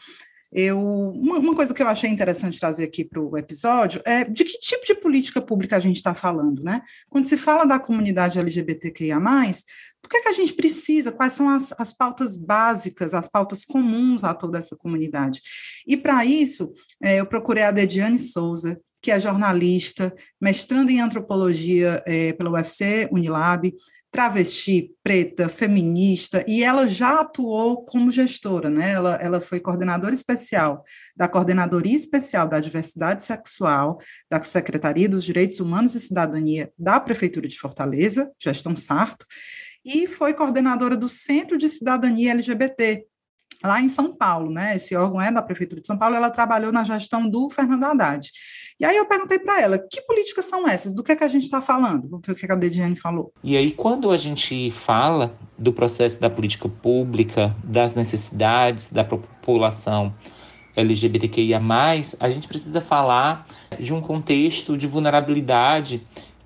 uma coisa que eu achei interessante trazer aqui para o episódio é de que tipo de política pública a gente está falando, né? Quando se fala da comunidade LGBTQIA+, por que a gente precisa? Quais são as pautas básicas, as pautas comuns a toda essa comunidade? E para isso, eu procurei a Dediane Souza, que é jornalista, mestrando em antropologia pela UFC Unilab, travesti, preta, feminista, e ela já atuou como gestora, né? Ela foi coordenadora especial da Coordenadoria Especial da Diversidade Sexual, da Secretaria dos Direitos Humanos e Cidadania da Prefeitura de Fortaleza, Gestão Sarto, e foi coordenadora do Centro de Cidadania LGBT, lá em São Paulo, né? Esse órgão é da Prefeitura de São Paulo, ela trabalhou na gestão do Fernando Haddad. E aí eu perguntei para ela, que políticas são essas? Do que a gente está falando? Vamos ver o que a Dediane falou. E aí, quando a gente fala do processo da política pública, das necessidades da população LGBTQIA+, a gente precisa falar de um contexto de vulnerabilidade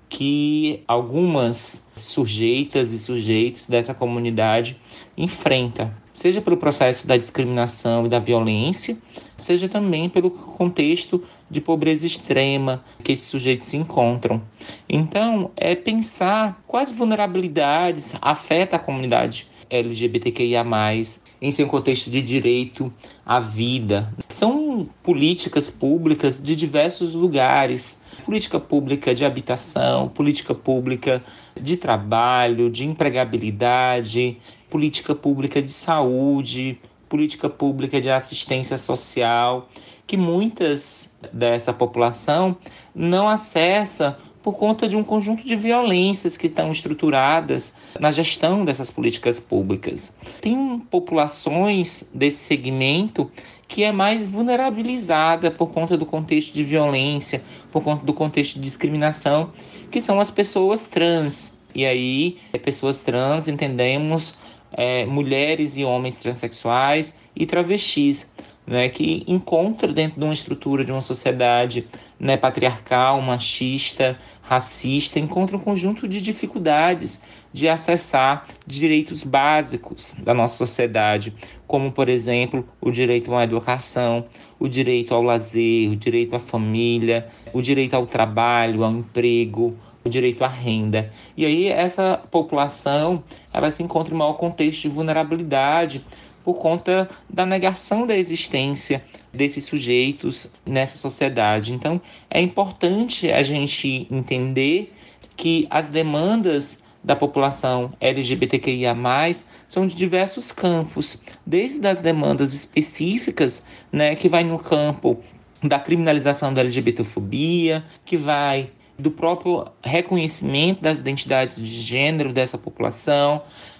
que algumas sujeitas e sujeitos dessa comunidade enfrentam, seja pelo processo da discriminação e da violência, seja também pelo contexto de pobreza extrema que esses sujeitos se encontram. Então, é pensar quais vulnerabilidades afetam a comunidade LGBTQIA+, em seu contexto de direito à vida. São políticas públicas de diversos lugares, política pública de habitação, política pública de trabalho, de empregabilidade, política pública de saúde, política pública de assistência social, que muitas dessa população não acessa por conta de um conjunto de violências que estão estruturadas na gestão dessas políticas públicas. Tem populações desse segmento que é mais vulnerabilizada por conta do contexto de violência, por conta do contexto de discriminação, que são as pessoas trans. E aí, pessoas trans, entendemos mulheres e homens transexuais e travestis, né, que encontra dentro de uma estrutura de uma sociedade, né, patriarcal, machista, racista, encontra um conjunto de dificuldades de acessar direitos básicos da nossa sociedade, como, por exemplo, o direito à educação, o direito ao lazer, o direito à família, o direito ao trabalho, ao emprego, o direito à renda. E aí essa população ela se encontra em maior contexto de vulnerabilidade, por conta da negação da existência desses sujeitos nessa sociedade. Então, é importante a gente entender que as demandas da população LGBTQIA+, são de diversos campos, desde as demandas específicas, né, que vai no campo da criminalização da LGBTfobia, que vai do próprio reconhecimento das identidades de gênero dessa população,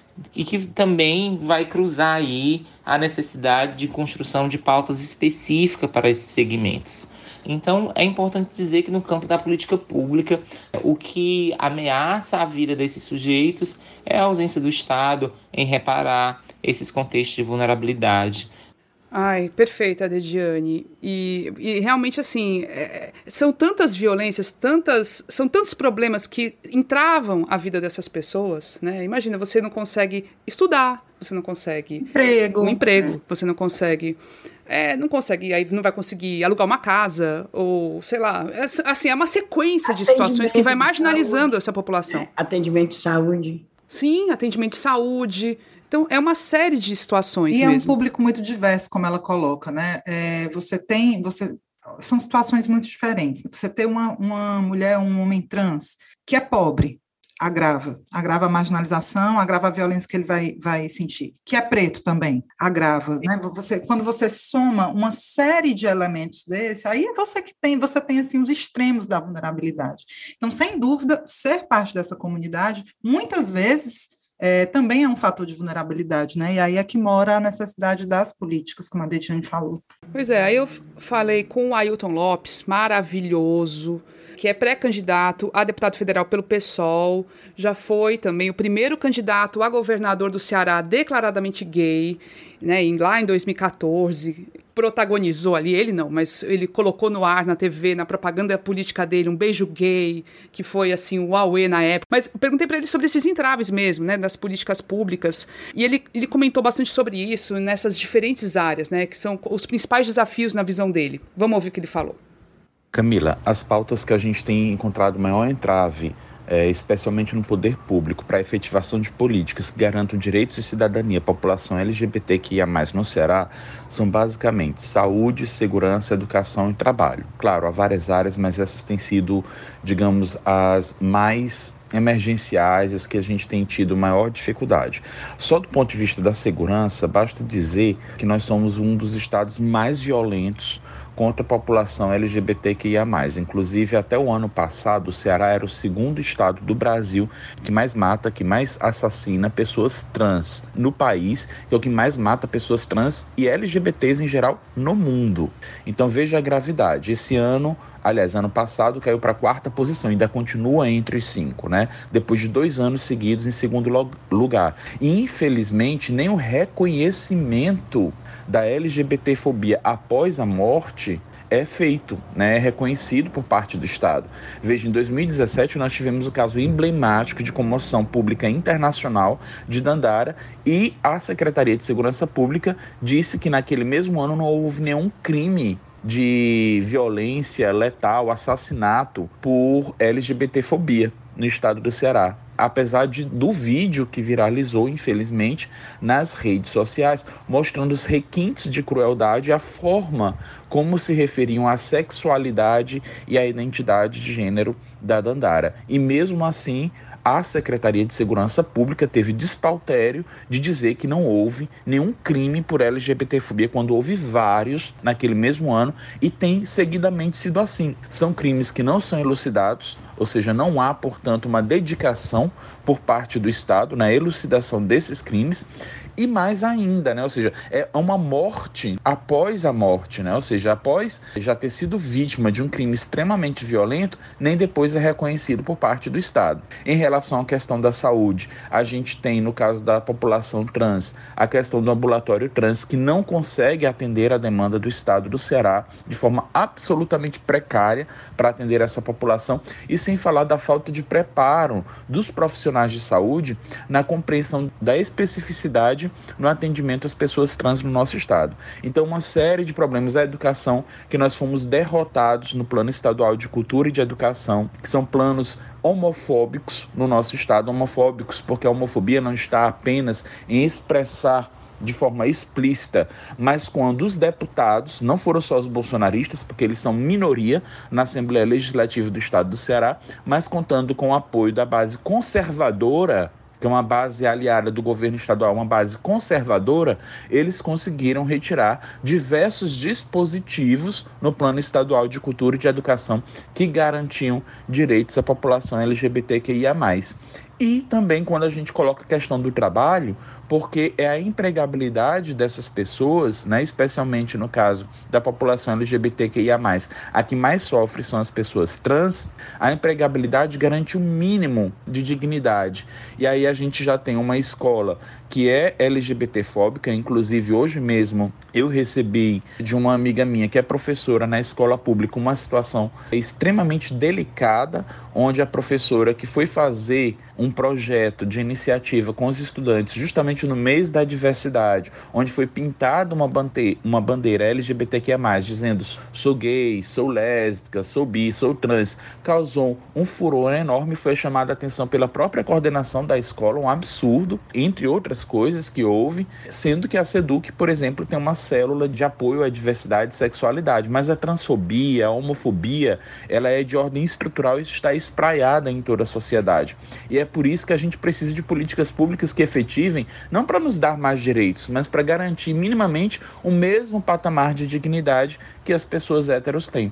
e que também vai cruzar aí a necessidade de construção de pautas específicas para esses segmentos. Então, é importante dizer que no campo da política pública, o que ameaça a vida desses sujeitos é a ausência do Estado em reparar esses contextos de vulnerabilidade. Ai, perfeita, Dediane. E realmente, assim, são tantas violências, são tantos problemas que entravam a vida dessas pessoas, né? Imagina, você não consegue estudar, você não consegue um emprego, você não consegue, aí não vai conseguir alugar uma casa, ou sei lá, assim, é uma sequência de situações que vai marginalizando essa população. Atendimento de saúde. Sim, atendimento de saúde. Então, é uma série de situações mesmo. E é um público muito diverso, como ela coloca, né? São situações muito diferentes. Você ter uma mulher, um homem trans, que é pobre, agrava a marginalização, agrava a violência que ele vai sentir. Que é preto também, agrava, né? Quando você soma uma série de elementos desse, aí é você tem assim, os extremos da vulnerabilidade. Então, sem dúvida, ser parte dessa comunidade, muitas vezes, também é um fator de vulnerabilidade, né? E aí é que mora a necessidade das políticas, como a Dediane falou. Pois é, aí eu falei com o Ailton Lopes, maravilhoso, que é pré-candidato a deputado federal pelo PSOL, já foi também o primeiro candidato a governador do Ceará declaradamente gay, né, lá em 2014, protagonizou ali, ele não, mas ele colocou no ar, na TV, na propaganda política dele, um beijo gay, que foi assim, o auê na época. Mas eu perguntei para ele sobre esses entraves mesmo, né, das políticas públicas, e ele comentou bastante sobre isso nessas diferentes áreas, né, que são os principais desafios na visão dele. Vamos ouvir o que ele falou. Camila, as pautas que a gente tem encontrado maior entrave, especialmente no poder público, para a efetivação de políticas que garantam direitos e cidadania à população LGBTQIA+, no Ceará, são basicamente saúde, segurança, educação e trabalho. Claro, há várias áreas, mas essas têm sido, digamos, as mais emergenciais, as que a gente tem tido maior dificuldade. Só do ponto de vista da segurança, basta dizer que nós somos um dos estados mais violentos contra a população LGBTQIA+. Inclusive, até o ano passado, o Ceará era o segundo estado do Brasil que mais mata, que mais assassina pessoas trans no país, que é o que mais mata pessoas trans e LGBTs em geral no mundo. Então veja a gravidade. Esse ano, aliás, ano passado, caiu para a 4ª posição, ainda continua entre os 5, né? Depois de 2 anos seguidos em segundo lugar. E, infelizmente, nem o reconhecimento da LGBTfobia após a morte é feito, né? É reconhecido por parte do Estado. Veja, em 2017 nós tivemos o caso emblemático de comoção pública internacional de Dandara e a Secretaria de Segurança Pública disse que naquele mesmo ano não houve nenhum crime de violência letal, assassinato por LGBTfobia no estado do Ceará. Apesar do vídeo que viralizou, infelizmente, nas redes sociais, mostrando os requintes de crueldade e a forma como se referiam à sexualidade e à identidade de gênero da Dandara. E mesmo assim, a Secretaria de Segurança Pública teve despautério de dizer que não houve nenhum crime por LGBTfobia, quando houve vários naquele mesmo ano, e tem seguidamente sido assim. São crimes que não são elucidados, ou seja, não há, portanto, uma dedicação por parte do Estado na elucidação desses crimes, e mais ainda, né? Ou seja, é uma morte após a morte, né? Ou seja, após já ter sido vítima de um crime extremamente violento, nem depois é reconhecido por parte do Estado. Em relação à questão da saúde, a gente tem, no caso da população trans, a questão do ambulatório trans, que não consegue atender a demanda do Estado do Ceará de forma absolutamente precária para atender essa população, e sem falar da falta de preparo dos profissionais de saúde na compreensão da especificidade no atendimento às pessoas trans no nosso estado. Então, uma série de problemas da educação que nós fomos derrotados no Plano Estadual de Cultura e de Educação, que são planos homofóbicos no nosso estado, homofóbicos porque a homofobia não está apenas em expressar de forma explícita, mas quando os deputados, não foram só os bolsonaristas, porque eles são minoria na Assembleia Legislativa do Estado do Ceará, mas contando com o apoio da base conservadora, que é uma base aliada do governo estadual, uma base conservadora, eles conseguiram retirar diversos dispositivos no Plano Estadual de Cultura e de Educação que garantiam direitos à população LGBTQIA+. E também quando a gente coloca a questão do trabalho, porque é a empregabilidade dessas pessoas, né, especialmente no caso da população LGBTQIA+, a que mais sofre são as pessoas trans, a empregabilidade garante um mínimo de dignidade. E aí a gente já tem uma escola que é LGBTfóbica, inclusive hoje mesmo eu recebi de uma amiga minha que é professora na escola pública uma situação extremamente delicada, onde a professora que foi fazer um projeto de iniciativa com os estudantes justamente no mês da diversidade, onde foi pintada uma bandeira LGBTQIA+, dizendo sou gay, sou lésbica, sou bi, sou trans, causou um furor enorme, foi chamada a atenção pela própria coordenação da escola, um absurdo, entre outras coisas que houve, sendo que a SEDUC, por exemplo, tem uma célula de apoio à diversidade e sexualidade, mas a transfobia, a homofobia, ela é de ordem estrutural e está espraiada em toda a sociedade. E é por isso que a gente precisa de políticas públicas que efetivem, não para nos dar mais direitos, mas para garantir minimamente o mesmo patamar de dignidade que as pessoas héteros têm.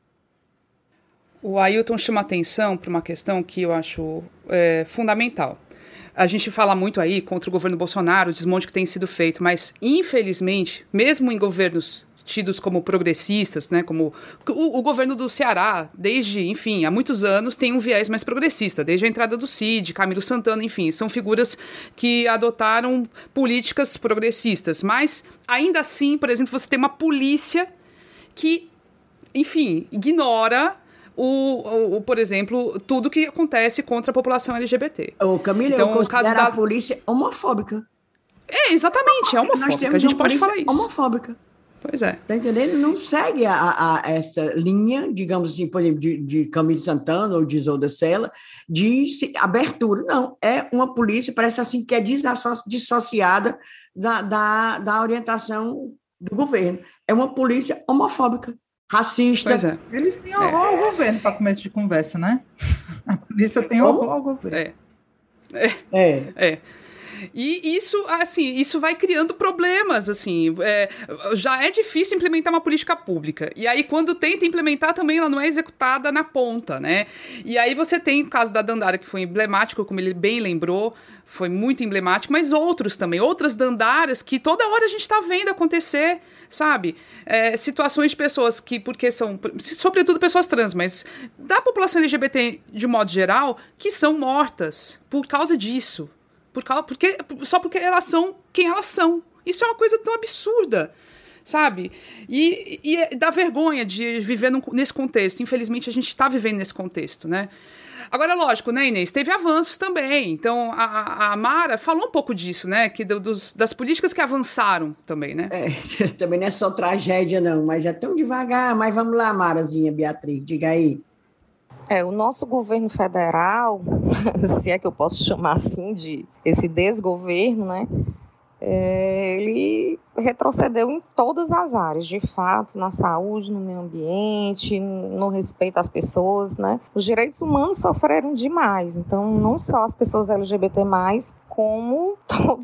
O Ailton chama atenção para uma questão que eu acho fundamental. A gente fala muito aí contra o governo Bolsonaro, o desmonte que tem sido feito, mas, infelizmente, mesmo em governos tidos como progressistas, né, como o governo do Ceará, desde, enfim, há muitos anos, tem um viés mais progressista, desde a entrada do Cid, Camilo Santana, enfim, são figuras que adotaram políticas progressistas, mas, ainda assim, por exemplo, você tem uma polícia que, enfim, ignora por exemplo, tudo que acontece contra a população LGBT. Camila, então, eu considero a polícia homofóbica. Exatamente, é homofóbica. A gente pode falar isso. Homofóbica. Pois é. Tá entendendo? Não segue essa linha, digamos assim, por exemplo, de Camilo Santana ou de Isolda Sela, de abertura. Não, é uma polícia, parece assim, que é dissociada da orientação do governo. É uma polícia homofóbica. Racista. Pois é. Eles têm horror ao governo para começo de conversa, né? A polícia tem horror ao governo. E isso vai criando problemas, assim, já é difícil implementar uma política pública, e aí quando tenta implementar também ela não é executada na ponta, né? E aí você tem o caso da Dandara, que foi emblemático, como ele bem lembrou, foi muito emblemático, mas outros também, outras Dandaras que toda hora a gente está vendo acontecer, sabe? Situações de pessoas que, porque são, sobretudo pessoas trans, mas da população LGBT de modo geral, que são mortas por causa disso. Só porque elas são quem elas são. Isso é uma coisa tão absurda, sabe? E dá vergonha de viver nesse contexto. Infelizmente, a gente está vivendo nesse contexto, né? Agora, lógico, né, Inês? Teve avanços também. Então, a Mara falou um pouco disso, né? Das políticas que avançaram também, né? Também não é só tragédia, não, mas é tão devagar. Mas vamos lá, Marazinha, Beatriz, diga aí. O nosso governo federal, se é que eu posso chamar assim de esse desgoverno, né? Ele retrocedeu em todas as áreas, de fato, na saúde, no meio ambiente, no respeito às pessoas, né? Os direitos humanos sofreram demais, então não só as pessoas LGBT+, como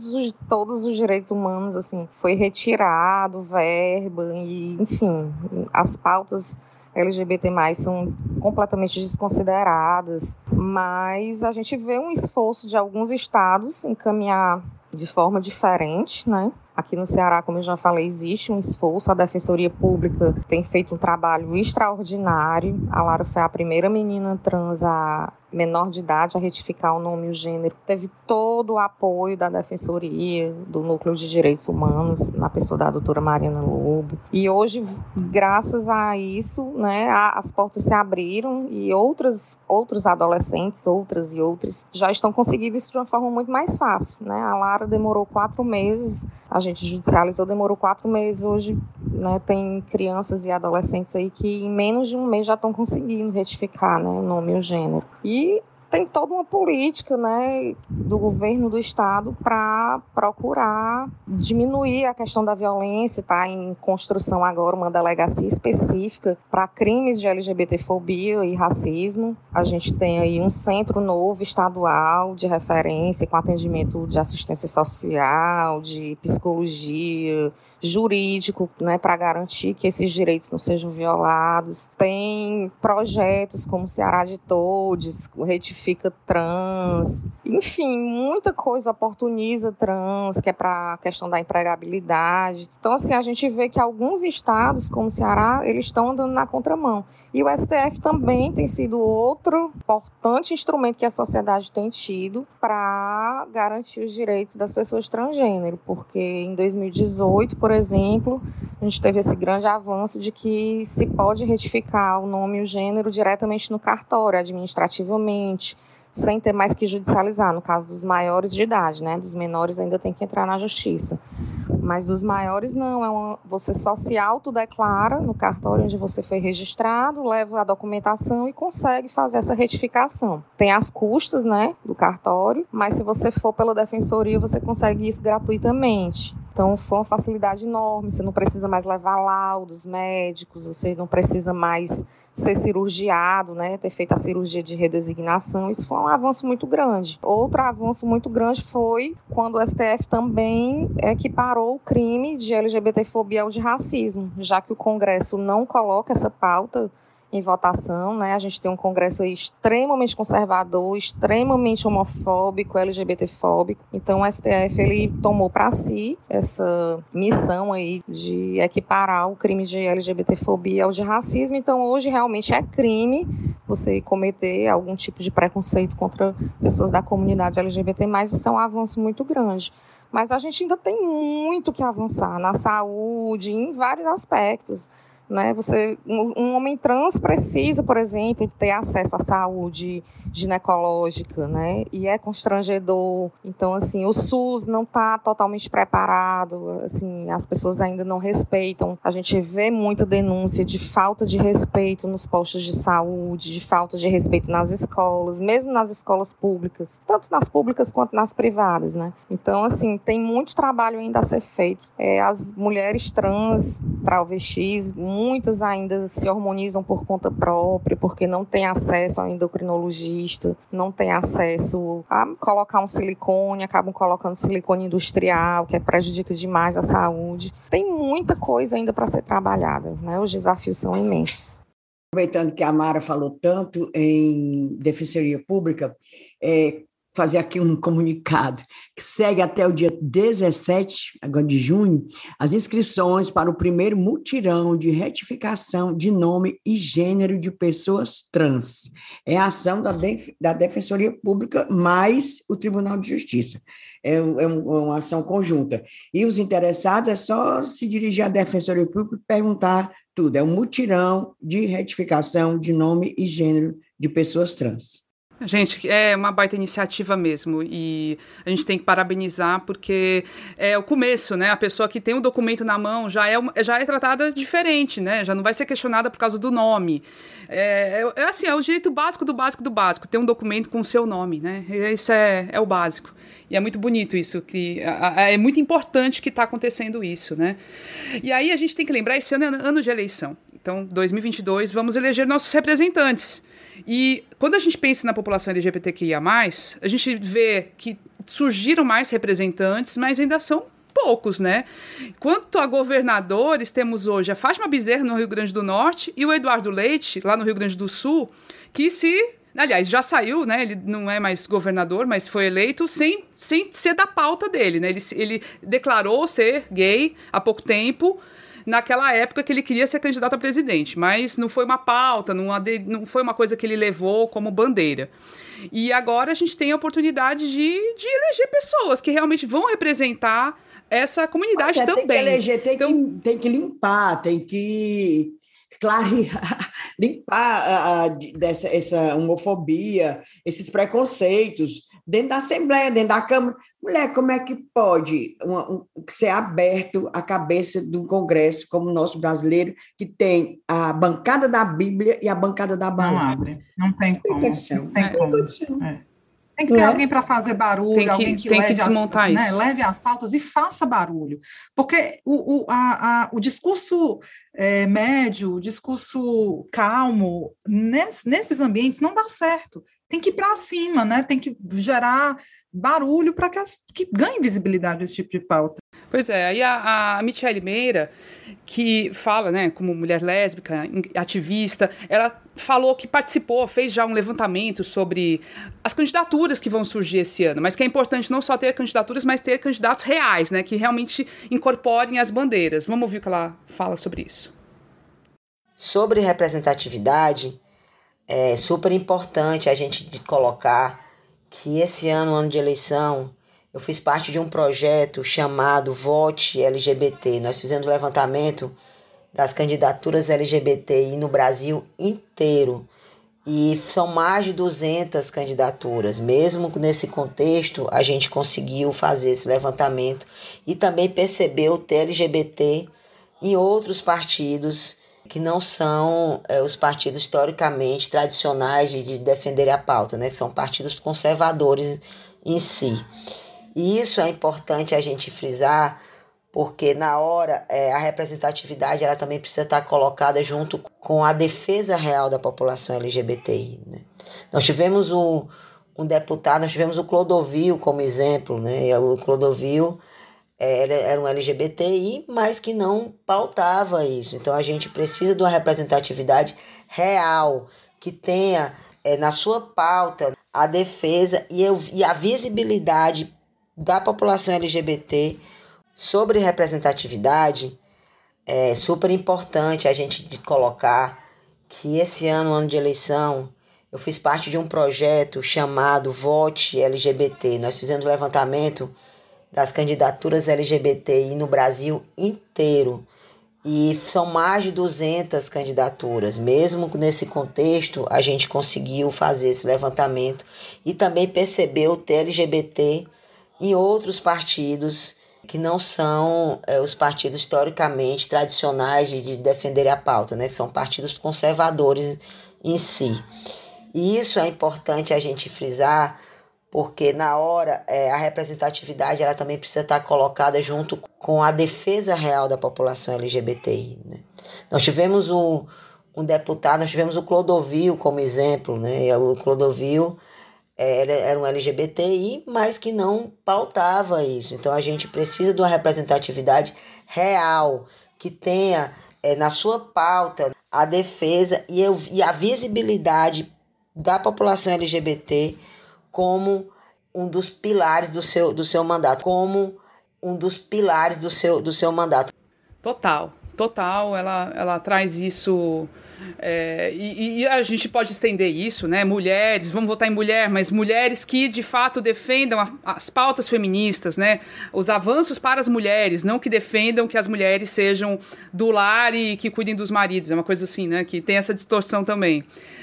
todos os direitos humanos, assim, foi retirado, verba, e, enfim, as pautas LGBT+, são completamente desconsideradas, mas a gente vê um esforço de alguns estados em caminhar de forma diferente, né? Aqui no Ceará, como eu já falei, existe um esforço, a Defensoria Pública tem feito um trabalho extraordinário. A Lara foi a primeira menina trans menor de idade a retificar o nome e o gênero. Teve todo o apoio da Defensoria, do Núcleo de Direitos Humanos, na pessoa da doutora Mariana Lobo. E hoje, graças a isso, né, as portas se abriram e outros adolescentes, outras e outros, já estão conseguindo isso de uma forma muito mais fácil, né? A Lara demorou 4 meses, a gente judicializou, demorou 4 meses. Hoje, né, tem crianças e adolescentes aí que em menos de um mês já estão conseguindo retificar, né, o nome e o gênero. E tem toda uma política, né, do governo do estado para procurar diminuir a questão da violência. Está em construção agora uma delegacia específica para crimes de LGBTfobia e racismo. A gente tem aí um centro novo estadual de referência com atendimento de assistência social, de psicologia, jurídico, né, para garantir que esses direitos não sejam violados. Tem projetos como Ceará de Todes, Retifica Trans, enfim, muita coisa oportuniza trans, que é para a questão da empregabilidade. Então, assim, a gente vê que alguns estados, como o Ceará, eles estão andando na contramão. E o STF também tem sido outro importante instrumento que a sociedade tem tido para garantir os direitos das pessoas transgênero, porque em 2018, por exemplo, a gente teve esse grande avanço de que se pode retificar o nome e o gênero diretamente no cartório, administrativamente, sem ter mais que judicializar, no caso dos maiores de idade, né? Dos menores ainda tem que entrar na justiça. Mas dos maiores não, você só se autodeclara no cartório onde você foi registrado, leva a documentação e consegue fazer essa retificação. Tem as custas, né, do cartório, mas se você for pela defensoria, você consegue isso gratuitamente. Então, foi uma facilidade enorme, você não precisa mais levar laudos médicos, você não precisa mais ser cirurgiado, né, ter feito a cirurgia de redesignação. Isso foi um avanço muito grande. Outro avanço muito grande foi quando o STF também equiparou o crime de LGBTfobia ao de racismo, já que o Congresso não coloca essa pauta em votação, né? A gente tem um Congresso aí extremamente conservador, extremamente homofóbico, LGBTfóbico. Então, o STF ele tomou para si essa missão aí de equiparar o crime de LGBTfobia ao de racismo. Então, hoje realmente é crime você cometer algum tipo de preconceito contra pessoas da comunidade LGBT+, mas isso é um avanço muito grande. Mas a gente ainda tem muito que avançar na saúde, em vários aspectos. Né? Um homem trans precisa, por exemplo, ter acesso à saúde ginecológica, né? E é constrangedor. Então, assim, o SUS não está totalmente preparado, assim, as pessoas ainda não respeitam. A gente vê muita denúncia de falta de respeito nos postos de saúde, de falta de respeito nas escolas, mesmo nas escolas públicas, tanto nas públicas quanto nas privadas, né? Então, assim, tem muito trabalho ainda a ser feito. As mulheres trans, travestis, Muitas ainda se hormonizam por conta própria, porque não tem acesso ao endocrinologista, não tem acesso a colocar um silicone, acabam colocando silicone industrial, que prejudica demais a saúde. Tem muita coisa ainda para ser trabalhada, né? Os desafios são imensos. Aproveitando que a Mara falou tanto em Defensoria Pública, fazer aqui um comunicado que segue até o dia 17 agora de junho as inscrições para o primeiro mutirão de retificação de nome e gênero de pessoas trans. É a ação da Defensoria Pública mais o Tribunal de Justiça. É uma ação conjunta. E os interessados é só se dirigir à Defensoria Pública e perguntar tudo. É um mutirão de retificação de nome e gênero de pessoas trans. Gente, é uma baita iniciativa mesmo, e a gente tem que parabenizar porque é o começo, né? A pessoa que tem o documento na mão já é tratada diferente, né? Já não vai ser questionada por causa do nome. É o direito básico do básico do básico, ter um documento com o seu nome, né? Isso é o básico. E é muito bonito isso, que é muito importante que está acontecendo isso, né? E aí a gente tem que lembrar, esse ano é ano de eleição. Então, 2022, vamos eleger nossos representantes. E quando a gente pensa na população LGBTQIA+, a gente vê que surgiram mais representantes, mas ainda são poucos, né? Quanto a governadores, temos hoje a Fátima Bezerra, no Rio Grande do Norte, e o Eduardo Leite, lá no Rio Grande do Sul, que aliás, já saiu, né? Ele não é mais governador, mas foi eleito sem ser da pauta dele, né? Ele declarou ser gay há pouco tempo, naquela época que ele queria ser candidato a presidente, mas não foi uma pauta, não foi uma coisa que ele levou como bandeira. E agora a gente tem a oportunidade de eleger pessoas que realmente vão representar essa comunidade também. Tem que eleger, tem que limpar, tem que clarear, limpar essa homofobia, esses preconceitos, dentro da Assembleia, dentro da Câmara. Mulher, como é que pode ser aberto a cabeça do Congresso, como o nosso brasileiro, que tem a bancada da Bíblia e a bancada da bala? Não abre, não tem como. Não tem como. Tem que ter alguém para fazer barulho, alguém que leve desmontar isso. Né, leve as pautas e faça barulho. Porque o discurso médio, o discurso calmo, nesses ambientes não dá certo. Tem que ir para cima, né? Tem que gerar barulho para que ganhe visibilidade esse tipo de pauta. Pois é, aí a Michele Meira, que fala, né, como mulher lésbica, ativista, ela falou que participou, fez já um levantamento sobre as candidaturas que vão surgir esse ano, mas que é importante não só ter candidaturas, mas ter candidatos reais, né, que realmente incorporem as bandeiras. Vamos ouvir o que ela fala sobre isso. Sobre representatividade, é super importante a gente colocar que esse ano de eleição, eu fiz parte de um projeto chamado Vote LGBT. Nós fizemos levantamento das candidaturas LGBTI no Brasil inteiro. E são mais de 200 candidaturas. Mesmo nesse contexto, a gente conseguiu fazer esse levantamento e também percebeu o LGBT em outros partidos que não são os partidos historicamente tradicionais de defender a pauta, né? Que são partidos conservadores em si. E isso é importante a gente frisar, porque na hora a representatividade ela também precisa estar colocada junto com a defesa real da população LGBTI, né? Nós tivemos um deputado, nós tivemos o Clodovil como exemplo, né? O Clodovil era um LGBTI, mas que não pautava isso. Então a gente precisa de uma representatividade real, que tenha na sua pauta a defesa e a visibilidade da população LGBT. Sobre representatividade, é super importante a gente colocar que esse ano de eleição, eu fiz parte de um projeto chamado Vote LGBT. Nós fizemos levantamento das candidaturas LGBTI no Brasil inteiro. E são mais de 200 candidaturas. Mesmo nesse contexto, a gente conseguiu fazer esse levantamento e também percebeu ter LGBT em outros partidos que não são os partidos historicamente tradicionais de defender a pauta, né? Que são partidos conservadores em si. E isso é importante a gente frisar, porque na hora a representatividade ela também precisa estar colocada junto com a defesa real da população LGBTI, né? Nós tivemos um deputado, nós tivemos o Clodovil como exemplo, né? O Clodovil era um LGBTI, mas que não pautava isso. Então a gente precisa de uma representatividade real, que tenha na sua pauta a defesa e a visibilidade da população LGBT como um dos pilares do seu mandato, Total, ela traz isso, e a gente pode estender isso, né? Mulheres, vamos votar em mulher, mas mulheres que de fato defendam as pautas feministas, né? Os avanços para as mulheres, não que defendam que as mulheres sejam do lar e que cuidem dos maridos, é uma coisa assim, né? Que tem essa distorção também.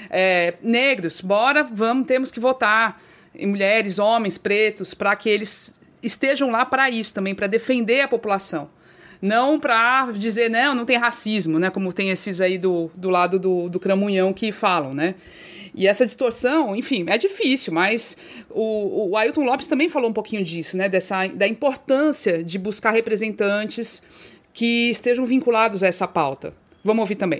Negros, temos que votar em mulheres, homens, pretos, para que eles estejam lá para isso também, para defender a população. Não para dizer, não tem racismo, né? Como tem esses aí do lado do cramunhão que falam, né? E essa distorção, enfim, é difícil, mas o Ailton Lopes também falou um pouquinho disso, né? Da importância de buscar representantes que estejam vinculados a essa pauta. Vamos ouvir também.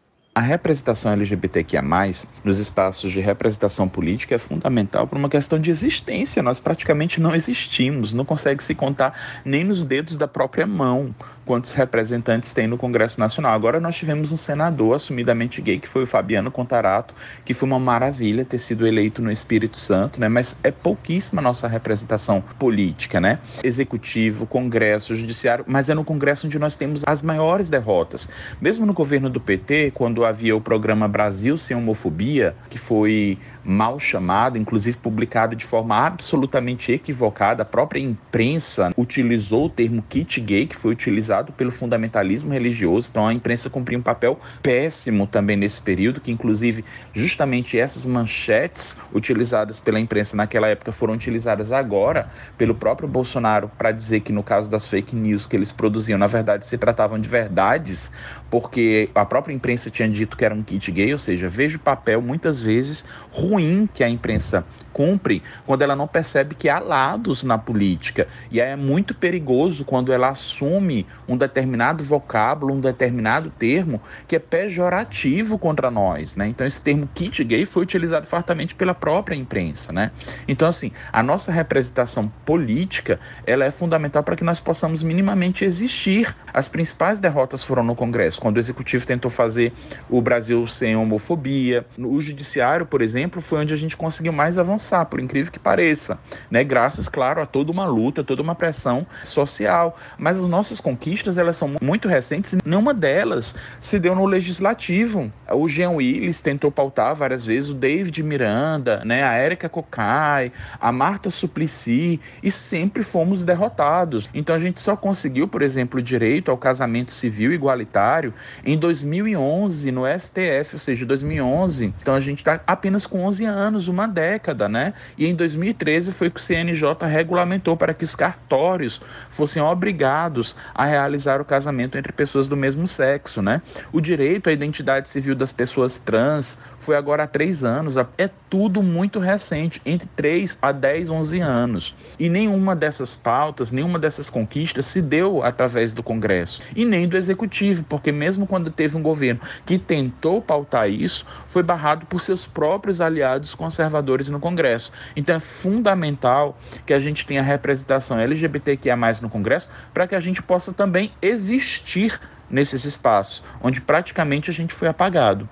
A representação LGBTQIA+, nos espaços de representação política é fundamental por uma questão de existência. Nós praticamente não existimos, não consegue se contar nem nos dedos da própria mão quantos representantes tem no Congresso Nacional. Agora nós tivemos um senador assumidamente gay, que foi o Fabiano Contarato, que foi uma maravilha ter sido eleito no Espírito Santo, né? Mas é pouquíssima a nossa representação política, né? Executivo, Congresso, Judiciário, mas é no Congresso onde nós temos as maiores derrotas. Mesmo no governo do PT, quando havia o programa Brasil Sem Homofobia, que foi mal chamado, inclusive publicado de forma absolutamente equivocada, a própria imprensa utilizou o termo kit gay, que foi utilizado pelo fundamentalismo religioso. Então a imprensa cumpriu um papel péssimo também nesse período, que inclusive justamente essas manchetes utilizadas pela imprensa naquela época foram utilizadas agora pelo próprio Bolsonaro para dizer que no caso das fake news que eles produziam, na verdade se tratavam de verdades, porque a própria imprensa tinha dito que era um kit gay. Ou seja, vejo o papel muitas vezes ruim que a imprensa cumpre quando ela não percebe que há lados na política, e aí é muito perigoso quando ela assume um determinado vocábulo, um determinado termo que é pejorativo contra nós, né? Então esse termo kit gay foi utilizado fartamente pela própria imprensa, né? Então assim, a nossa representação política, ela é fundamental para que nós possamos minimamente existir. As principais derrotas foram no Congresso, quando o Executivo tentou fazer o Brasil Sem Homofobia. O Judiciário, por exemplo, foi onde a gente conseguiu mais avançar, por incrível que pareça, né? Graças, claro, a toda uma luta, toda uma pressão social. Mas as nossas conquistas, elas são muito recentes, e nenhuma delas se deu no Legislativo. O Jean Willis tentou pautar várias vezes, o David Miranda, né? A Érica Cocai, a Marta Suplicy, e sempre fomos derrotados. Então a gente só conseguiu, por exemplo, o direito ao casamento civil igualitário em 2011, no STF, ou seja, 2011. Então a gente está apenas com 11 anos, uma década, né? E em 2013 foi que o CNJ regulamentou para que os cartórios fossem obrigados a realizar o casamento entre pessoas do mesmo sexo, né? O direito à identidade civil das pessoas trans foi agora há 3 anos. É tudo muito recente, entre 3 a 10, 11 anos. E nenhuma dessas pautas, nenhuma dessas conquistas se deu através do Congresso e nem do Executivo, porque mesmo quando teve um governo que tentou pautar isso, foi barrado por seus próprios aliados conservadores no Congresso. Então é fundamental que a gente tenha representação LGBTQIA+, no Congresso, para que a gente possa também existir nesses espaços, onde praticamente a gente foi apagado.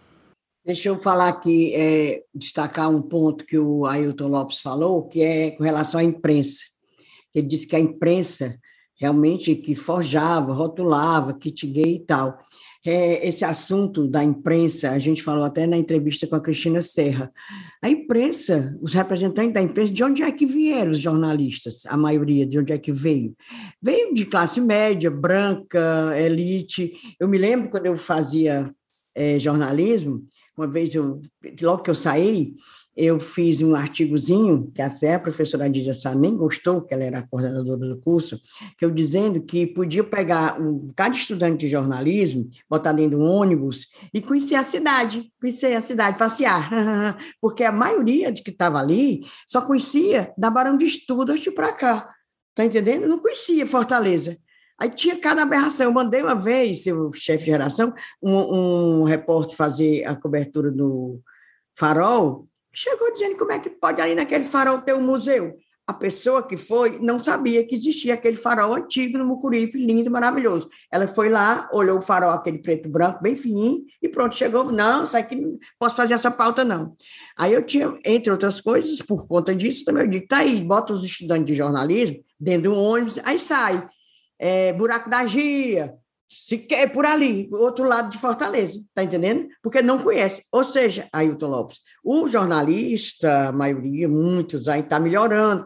Deixa eu falar aqui, destacar um ponto que o Ailton Lopes falou, que é com relação à imprensa. Ele disse que a imprensa realmente que forjava, rotulava, kit gay e tal. Esse assunto da imprensa, a gente falou até na entrevista com a Cristina Serra. A imprensa, os representantes da imprensa, de onde é que vieram os jornalistas? A maioria, de onde é que veio? Veio de classe média, branca, elite. Eu me lembro quando eu fazia jornalismo, Uma vez, logo que eu saí, eu fiz um artigozinho, que até a professora Adília Sá nem gostou, que ela era a coordenadora do curso, que eu dizendo que podia pegar cada estudante de jornalismo, botar dentro do ônibus e conhecer a cidade, passear, porque a maioria de que estava ali só conhecia da Barão de Estudas para cá, tá entendendo? Não conhecia Fortaleza. Aí tinha cada aberração. Eu mandei uma vez, seu chefe de geração, um repórter fazer a cobertura do Farol, chegou dizendo como é que pode ali naquele farol ter um museu. A pessoa que foi não sabia que existia aquele farol antigo no Mucuripe, lindo, maravilhoso. Ela foi lá, olhou o farol, aquele preto e branco, bem fininho, e pronto, chegou, não, isso aqui não posso fazer essa pauta, não. Aí eu tinha, entre outras coisas, por conta disso, também eu digo, tá aí, bota os estudantes de jornalismo dentro do ônibus, aí sai. Buraco da Gia, se quer por ali, outro lado de Fortaleza, está entendendo? Porque não conhece. Ou seja, Ailton Lopes, o jornalista, a maioria, muitos, aí está melhorando com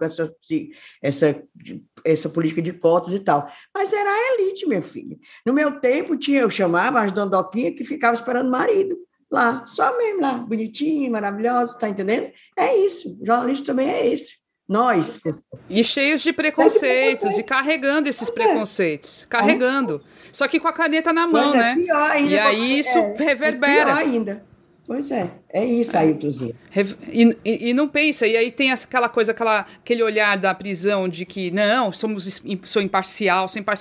essa política de cotas e tal. Mas era a elite, minha filha. No meu tempo, eu chamava as dondoquinhas que ficavam esperando o marido lá, só mesmo lá, bonitinho, maravilhoso, está entendendo? É isso, o jornalista também é esse. Nós. E cheios de preconceitos, e carregando esses preconceitos. Carregando. Só que com a caneta na mão, né? Pior ainda, e aí isso reverbera. Pior ainda. Pois é isso aí, Tuzinho. E não pensa, e aí tem aquela coisa, aquele olhar da prisão de que, não, sou imparcial,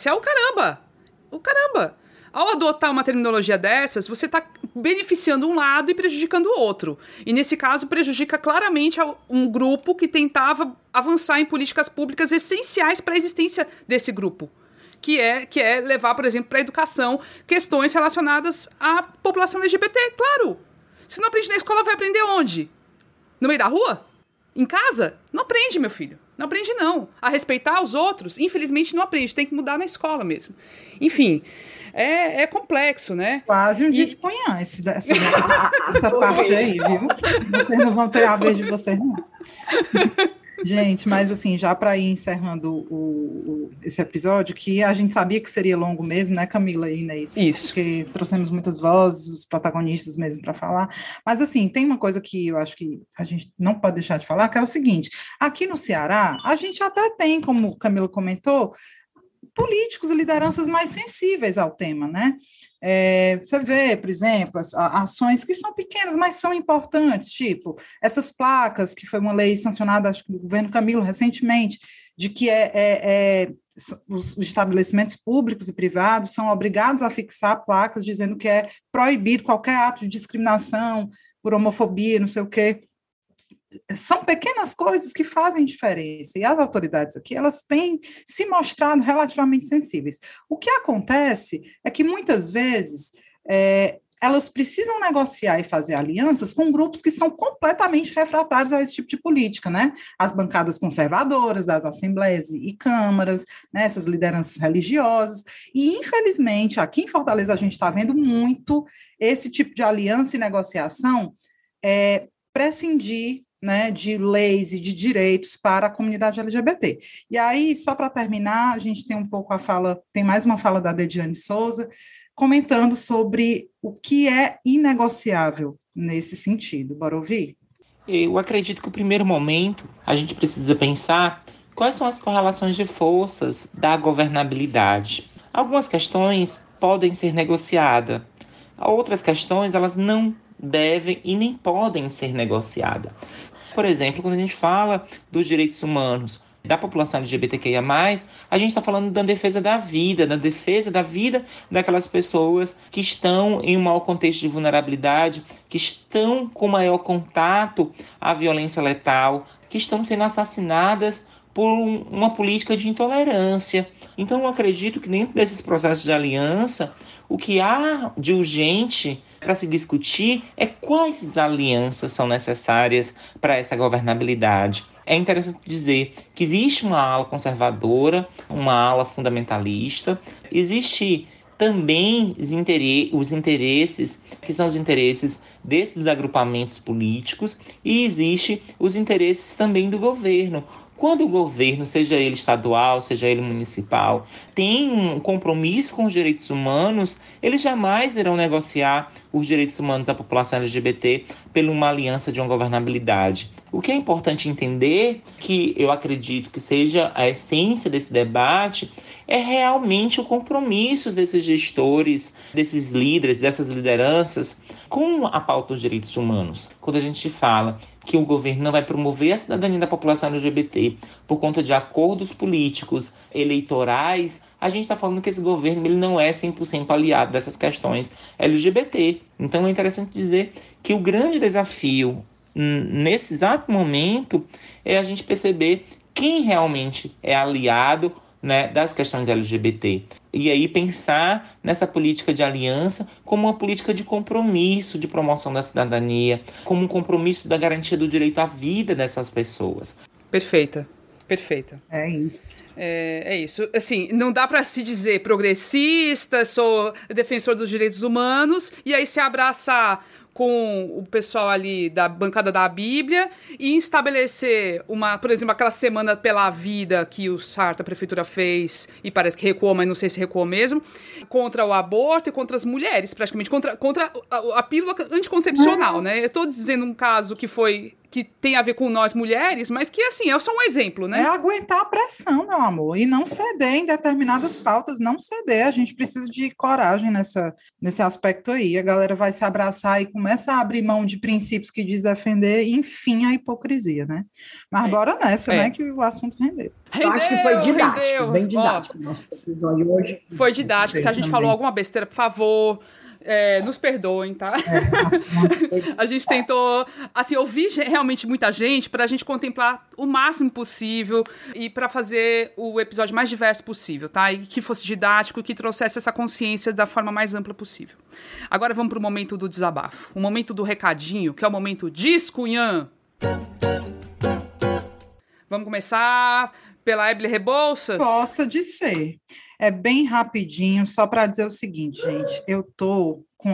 o caramba. Ao adotar uma terminologia dessas, você está beneficiando um lado e prejudicando o outro. E, nesse caso, prejudica claramente um grupo que tentava avançar em políticas públicas essenciais para a existência desse grupo, que é levar, por exemplo, para a educação questões relacionadas à população LGBT, claro. Se não aprende na escola, vai aprender onde? No meio da rua? Em casa? Não aprende, meu filho. Não aprende, não. A respeitar os outros, infelizmente, não aprende. Tem que mudar na escola mesmo. Enfim... É complexo, né? Quase um desconhece essa parte aí, viu? Vocês não vão ter a vez de vocês, não. Gente, mas assim, já para ir encerrando esse episódio, que a gente sabia que seria longo mesmo, né, Camila e Inês? Isso. Porque trouxemos muitas vozes, os protagonistas mesmo para falar. Mas assim, tem uma coisa que eu acho que a gente não pode deixar de falar, que é o seguinte: aqui no Ceará, a gente até tem, como Camila comentou, políticos e lideranças mais sensíveis ao tema, né? Você vê, por exemplo, as ações que são pequenas, mas são importantes, tipo, essas placas, que foi uma lei sancionada, acho que do governo Camilo, recentemente, de que os estabelecimentos públicos e privados são obrigados a fixar placas dizendo que é proibido qualquer ato de discriminação por homofobia, não sei o quê. São pequenas coisas que fazem diferença, e as autoridades aqui, elas têm se mostrado relativamente sensíveis. O que acontece é que, muitas vezes, elas precisam negociar e fazer alianças com grupos que são completamente refratários a esse tipo de política, né? As bancadas conservadoras das assembleias e câmaras, né? Essas lideranças religiosas, e, infelizmente, aqui em Fortaleza a gente está vendo muito esse tipo de aliança e negociação prescindir, né, de leis e de direitos para a comunidade LGBT. E aí, só para terminar, a gente tem tem mais uma fala da Dediane Souza, comentando sobre o que é inegociável nesse sentido. Bora ouvir? Eu acredito que o primeiro momento a gente precisa pensar quais são as correlações de forças da governabilidade. Algumas questões podem ser negociadas, outras questões elas não devem e nem podem ser negociadas. Por exemplo, quando a gente fala dos direitos humanos da população LGBTQIA+, a gente está falando da defesa da vida daquelas pessoas que estão em um maior contexto de vulnerabilidade, que estão com maior contato à violência letal, que estão sendo assassinadas por uma política de intolerância. Então, eu acredito que dentro desses processos de aliança, o que há de urgente para se discutir é quais alianças são necessárias para essa governabilidade. É interessante dizer que existe uma ala conservadora, uma ala fundamentalista, existe também os interesses, que são os interesses desses agrupamentos políticos, e existe os interesses também do governo. Quando o governo, seja ele estadual, seja ele municipal, tem um compromisso com os direitos humanos, eles jamais irão negociar os direitos humanos da população LGBT por uma aliança de uma governabilidade. O que é importante entender, que eu acredito que seja a essência desse debate, é realmente o compromisso desses gestores, desses líderes, dessas lideranças com a pauta dos direitos humanos. Quando a gente fala que o governo não vai promover a cidadania da população LGBT por conta de acordos políticos, eleitorais, a gente está falando que esse governo ele não é 100% aliado dessas questões LGBT. Então é interessante dizer que o grande desafio nesse exato momento é a gente perceber quem realmente é aliado, né, das questões LGBT. E aí pensar nessa política de aliança como uma política de compromisso, de promoção da cidadania, como um compromisso da garantia do direito à vida dessas pessoas. Perfeita. É isso. É isso. Assim, não dá para se dizer progressista, sou defensor dos direitos humanos, e aí se abraçar com o pessoal ali da bancada da Bíblia e estabelecer por exemplo, aquela semana pela vida que o Sarto, a prefeitura, fez, e parece que recuou, mas não sei se recuou mesmo, contra o aborto e contra as mulheres, praticamente, contra a pílula anticoncepcional, né? Eu estou dizendo um caso que tem a ver com nós mulheres, mas que, assim, é só um exemplo, né? É aguentar a pressão, meu amor, e não ceder em determinadas pautas, não ceder. A gente precisa de coragem nesse aspecto aí. A galera vai se abraçar e começa a abrir mão de princípios que diz defender, e, enfim, a hipocrisia, né? Mas bora nessa, né, que o assunto rendeu. Eu acho que foi didático, bem didático. Nosso episódio hoje foi didático. Se a gente falou alguma besteira, por favor, nos perdoem, tá? A gente tentou, assim, ouvir realmente muita gente para a gente contemplar o máximo possível e para fazer o episódio mais diverso possível, tá? E que fosse didático, que trouxesse essa consciência da forma mais ampla possível. Agora vamos para o momento do desabafo, o momento do recadinho, que é o momento Diz Cunhã. Vamos começar pela Ébile Rebouças? Possa de ser. É bem rapidinho, só para dizer o seguinte, gente. Eu tô com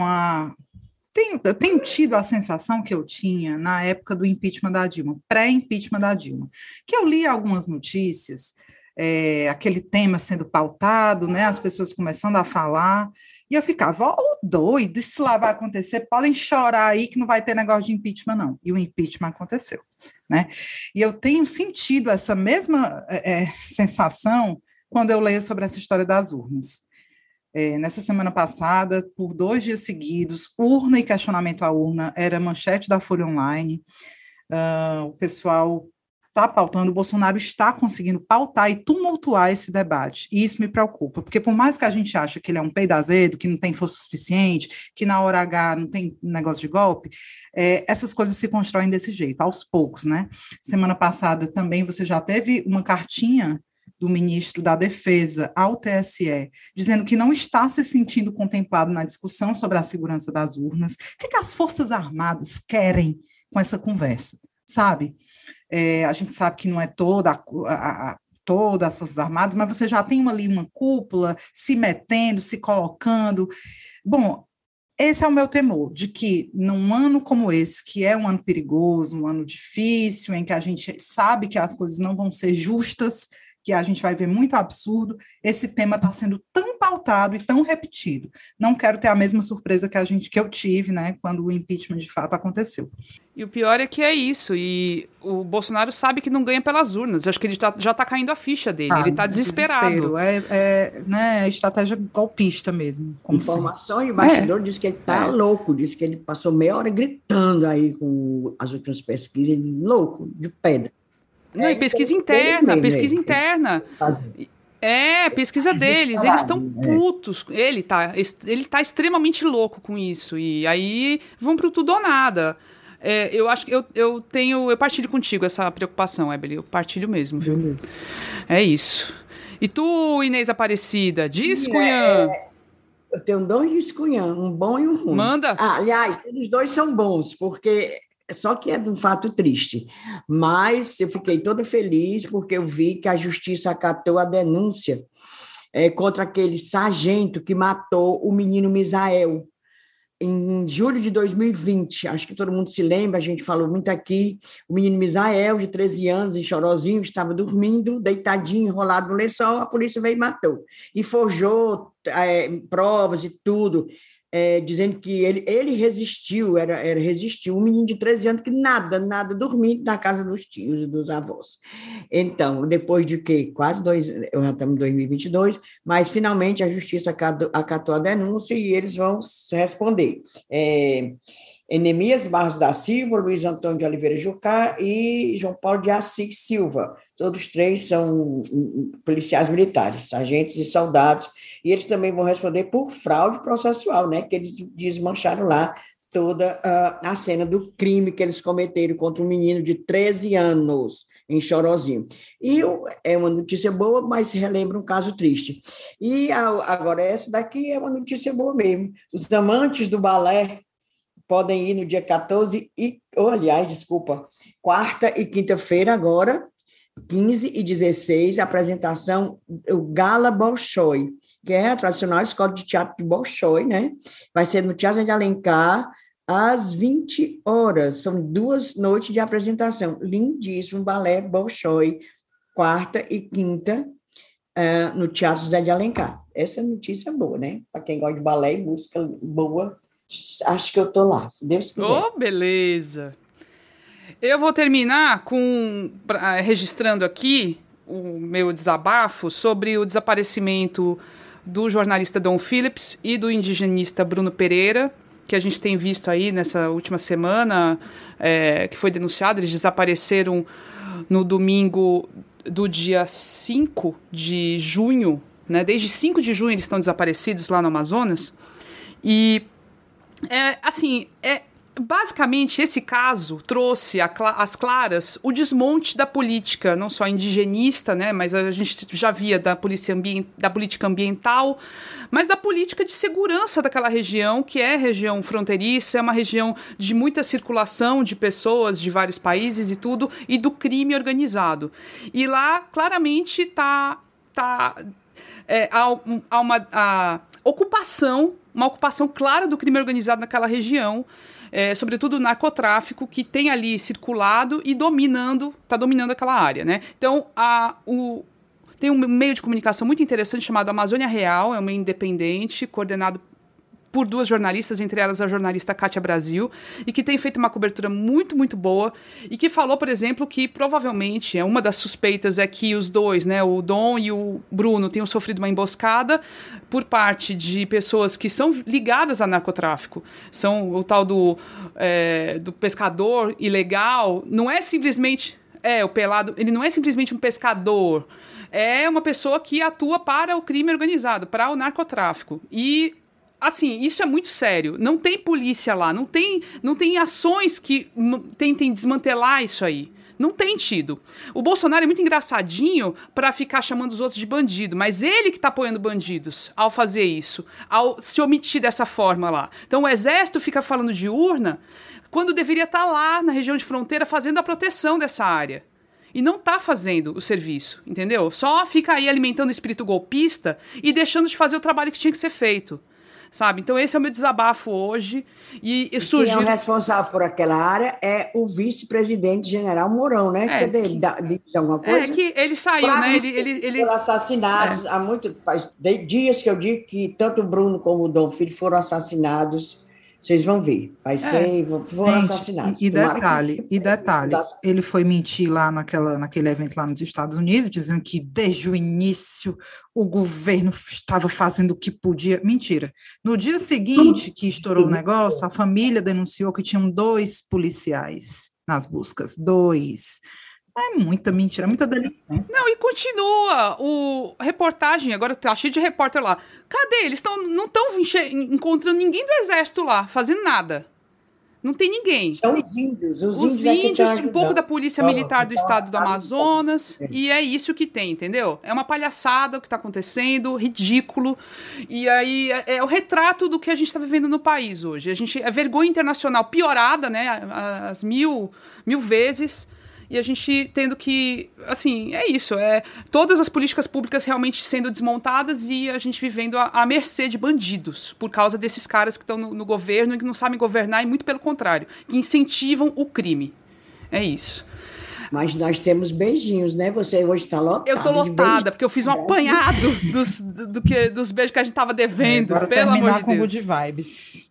eu tenho tido a sensação que eu tinha na época do impeachment da Dilma, pré-impeachment da Dilma, que eu li algumas notícias, aquele tema sendo pautado, né, as pessoas começando a falar, e eu ficava, doido, isso lá vai acontecer, podem chorar aí que não vai ter negócio de impeachment, não. E o impeachment aconteceu, né? E eu tenho sentido essa mesma sensação quando eu leio sobre essa história das urnas. Nessa semana passada, por 2 dias seguidos, urna e questionamento à urna era manchete da Folha Online. O pessoal está pautando, o Bolsonaro está conseguindo pautar e tumultuar esse debate, e isso me preocupa, porque por mais que a gente ache que ele é um peido azedo, que não tem força suficiente, que na hora H não tem negócio de golpe, essas coisas se constroem desse jeito, aos poucos, né? Semana passada também você já teve uma cartinha do ministro da Defesa ao TSE, dizendo que não está se sentindo contemplado na discussão sobre a segurança das urnas. O que as Forças Armadas querem com essa conversa, sabe? A gente sabe que não é todas as Forças Armadas, mas você já tem ali uma cúpula se metendo, se colocando. Bom, esse é o meu temor, de que num ano como esse, que é um ano perigoso, um ano difícil, em que a gente sabe que as coisas não vão ser justas, que a gente vai ver muito absurdo, esse tema está sendo tão pautado e tão repetido. Não quero ter a mesma surpresa que eu tive, né, quando o impeachment de fato aconteceu. E o pior é que é isso, e o Bolsonaro sabe que não ganha pelas urnas, acho que ele já está caindo a ficha dele, ele está desesperado. Né, estratégia golpista mesmo. Informação de bastidor diz que ele está louco, diz que ele passou meia hora gritando aí com as últimas pesquisas, ele louco, de pedra. Não, e pesquisa interna. Pesquisa deles, eles estão putos. Ele tá extremamente louco com isso, e aí vão pro tudo ou nada. Eu acho que eu partilho contigo essa preocupação, Ébile, eu partilho mesmo, viu? Beleza. É isso. E tu, Inês Aparecida, diz, Cunhã? Eu tenho 2 diz, Cunhã, um bom e um ruim. Manda. Aliás, os 2 são bons, porque... Só que é de um fato triste, mas eu fiquei toda feliz porque eu vi que a justiça acatou a denúncia contra aquele sargento que matou o menino Misael. em julho de 2020, acho que todo mundo se lembra, a gente falou muito aqui, o menino Misael, de 13 anos, em Chorozinho, estava dormindo, deitadinho, enrolado no lençol, a polícia veio e matou. E forjou provas e tudo, dizendo que ele resistiu, resistiu, um menino de 13 anos que nada, dormindo na casa dos tios e dos avós. Então, depois de quê? Quase já estamos em 2022, mas finalmente a justiça acatou a denúncia e eles vão responder. Enemias Barros da Silva, Luiz Antônio de Oliveira Jucá e João Paulo de Assis Silva. Todos três são policiais militares, agentes e soldados, e eles também vão responder por fraude processual, né, que eles desmancharam lá toda a cena do crime que eles cometeram contra um menino de 13 anos, em Chorozinho. E é uma notícia boa, mas relembra um caso triste. E agora essa daqui é uma notícia boa mesmo. Os amantes do balé podem ir no dia 14 quarta e quinta-feira agora, 15 e 16, a apresentação do Gala Bolshoi, que é a tradicional escola de teatro de Bolshoi, né? Vai ser no Teatro de Alencar, às 20 horas. São 2 noites de apresentação. Lindíssimo, balé Bolshoi, quarta e quinta, no Teatro José de Alencar. Essa notícia é boa, né? Para quem gosta de balé e música boa, acho que eu estou lá, se Deus quiser. Oh, beleza! Eu vou terminar registrando aqui o meu desabafo sobre o desaparecimento do jornalista Dom Phillips e do indigenista Bruno Pereira, que a gente tem visto aí nessa última semana, que foi denunciado. Eles desapareceram no domingo do dia 5 de junho, né? Desde 5 de junho eles estão desaparecidos lá no Amazonas. E, basicamente, esse caso trouxe às claras o desmonte da política, não só indigenista, né, mas a gente já via da política ambiental, mas da política de segurança daquela região, que é região fronteiriça, é uma região de muita circulação de pessoas de vários países e tudo, e do crime organizado. E lá, claramente, há uma ocupação clara do crime organizado naquela região, sobretudo o narcotráfico, que tem ali circulado e está dominando aquela área, né? Então, tem um meio de comunicação muito interessante chamado Amazônia Real, é um meio independente, coordenado por 2 jornalistas, entre elas a jornalista Kátia Brasil, e que tem feito uma cobertura muito, muito boa, e que falou, por exemplo, que provavelmente uma das suspeitas é que os dois, né, o Dom e o Bruno, tenham sofrido uma emboscada por parte de pessoas que são ligadas a narcotráfico. São o tal do pescador ilegal, não é simplesmente... o pelado, ele não é simplesmente um pescador, é uma pessoa que atua para o crime organizado, para o narcotráfico. E assim, isso é muito sério. Não tem polícia lá, não tem ações que tentem desmantelar isso aí. Não tem tido. O Bolsonaro é muito engraçadinho para ficar chamando os outros de bandido, mas ele que está apoiando bandidos ao fazer isso, ao se omitir dessa forma lá. Então o Exército fica falando de urna quando deveria estar lá na região de fronteira fazendo a proteção dessa área. E não está fazendo o serviço, entendeu? Só fica aí alimentando o espírito golpista e deixando de fazer o trabalho que tinha que ser feito. Sabe? Então esse é o meu desabafo hoje. E quem é o responsável por aquela área é o vice-presidente general Mourão, né? Diz alguma coisa? Que ele saiu, né? Ele foram assassinados faz dias que eu digo que tanto o Bruno como o Dom Filho foram assassinados. Vocês vão ver, foram assassinados. E detalhe, ele foi mentir lá naquele evento lá nos Estados Unidos, dizendo que desde o início o governo estava fazendo o que podia. Mentira. No dia seguinte que estourou o negócio, a família denunciou que tinham 2 policiais nas buscas, 2. É muita mentira, muita delinquência. Não, e continua a reportagem, agora tá cheio de repórter lá. Cadê? Eles não estão encontrando ninguém do Exército lá, fazendo nada. Não tem ninguém. São os índios. Os índios, um pouco da polícia militar do estado do Amazonas, e é isso que tem, entendeu? É uma palhaçada o que está acontecendo, ridículo, e aí é o retrato do que a gente está vivendo no país hoje. É vergonha internacional piorada, né, as mil vezes. E a gente tendo que, assim, é isso, todas as políticas públicas realmente sendo desmontadas e a gente vivendo à mercê de bandidos, por causa desses caras que estão no governo e que não sabem governar, e muito pelo contrário, que incentivam o crime. É isso. Mas nós temos beijinhos, né? Você hoje está lotada. Eu tô lotada, porque eu fiz um apanhado dos beijos que a gente tava devendo, pelo amor de Deus. Terminar com good vibes.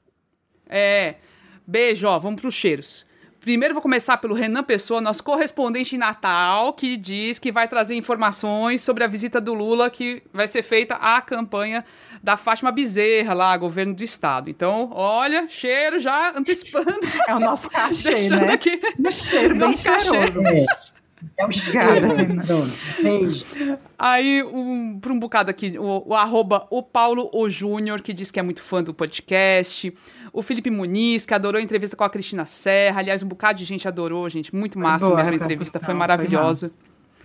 Beijo, vamos pros cheiros. Primeiro vou começar pelo Renan Pessoa, nosso correspondente em Natal, que diz que vai trazer informações sobre a visita do Lula, que vai ser feita à campanha da Fátima Bezerra, lá, governo do estado. Então, olha, cheiro já antecipando. É o nosso cachê, né? Aqui, um cheiro bem cheiroso. É um cheiro. Beijo. Aí, para um bocado aqui, o Paulo O Júnior, que diz que é muito fã do podcast. O Felipe Muniz, que adorou a entrevista com a Cristina Serra. Aliás, um bocado de gente adorou, gente. Muito massa mesmo a entrevista, foi maravilhosa.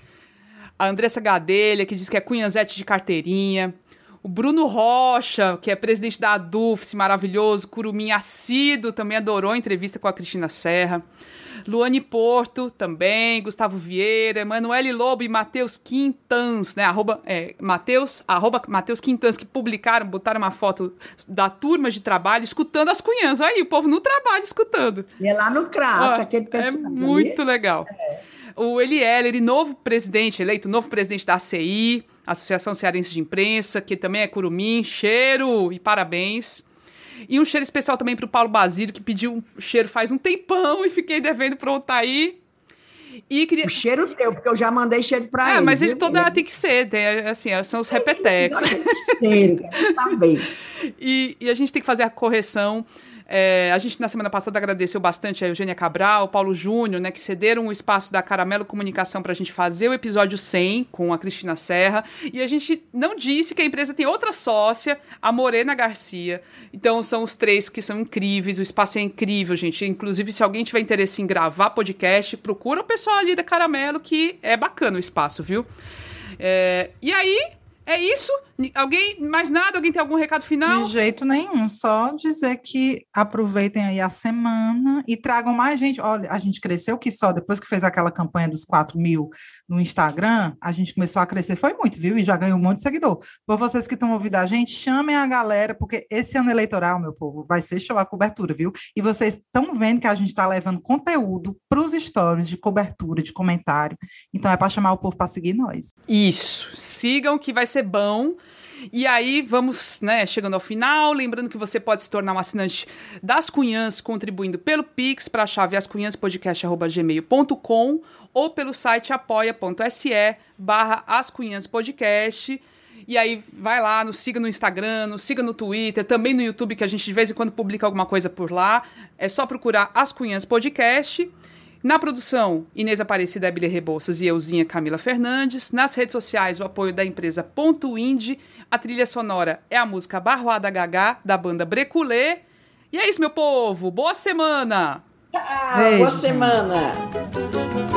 A Andressa Gadelha, que diz que é cunhanzete de carteirinha. O Bruno Rocha, que é presidente da ADUFS, maravilhoso. Curumim Assíduo, também adorou a entrevista com a Cristina Serra. Luane Porto, também. Gustavo Vieira. Emanuele Lobo e Matheus Quintans, né? Matheus Quintans, que botaram uma foto da turma de trabalho escutando as cunhãs. Aí, o povo no trabalho escutando. E é lá no CRAF, aquele pessoal. É muito legal. O Eliel, novo presidente da ACI, Associação Cearense de Imprensa, que também é curumim. Cheiro e parabéns. E um cheiro especial também para o Paulo Basílio, que pediu um cheiro faz um tempão e fiquei devendo para o Taí. O cheiro teu, porque eu já mandei cheiro para ele. Mas ele tem que ser, assim, são os repetecos. Cheiro, tá bem. E a gente tem que fazer a correção. A gente, na semana passada, agradeceu bastante a Eugênia Cabral, o Paulo Júnior, né, que cederam o espaço da Caramelo Comunicação para a gente fazer o episódio 100 com a Cristina Serra. E a gente não disse que a empresa tem outra sócia, a Morena Garcia. Então, são os três que são incríveis, o espaço é incrível, gente. Inclusive, se alguém tiver interesse em gravar podcast, procura o pessoal ali da Caramelo, que é bacana o espaço, viu? E aí, é isso? Mais nada? Alguém tem algum recado final? De jeito nenhum, só dizer que aproveitem aí a semana e tragam mais gente. Olha, a gente cresceu que só depois que fez aquela campanha dos 4.000 no Instagram, a gente começou a crescer, foi muito, viu? E já ganhou um monte de seguidor. Por vocês que estão ouvindo a gente, chamem a galera, porque esse ano eleitoral, meu povo, vai ser show a cobertura, viu? E vocês estão vendo que a gente está levando conteúdo para os stories de cobertura, de comentário. Então é para chamar o povo para seguir nós. Isso, sigam que vai ser bom. E aí, vamos, né, chegando ao final, lembrando que você pode se tornar um assinante das Cunhãs contribuindo pelo Pix para a chave ascunhaspodcast@gmail.com ou pelo site apoia.se/ascunhaspodcast. E aí, vai lá, nos siga no Instagram, nos siga no Twitter, também no YouTube, que a gente de vez em quando publica alguma coisa por lá. É só procurar As Cunhãs Podcast. Na produção, Inês Aparecida, Abília Rebouças e euzinha Camila Fernandes. Nas redes sociais, o apoio da empresa Ponto Indie. A trilha sonora é a música Barroada Gagá, da banda Breculê. E é isso, meu povo. Boa semana! Boa semana!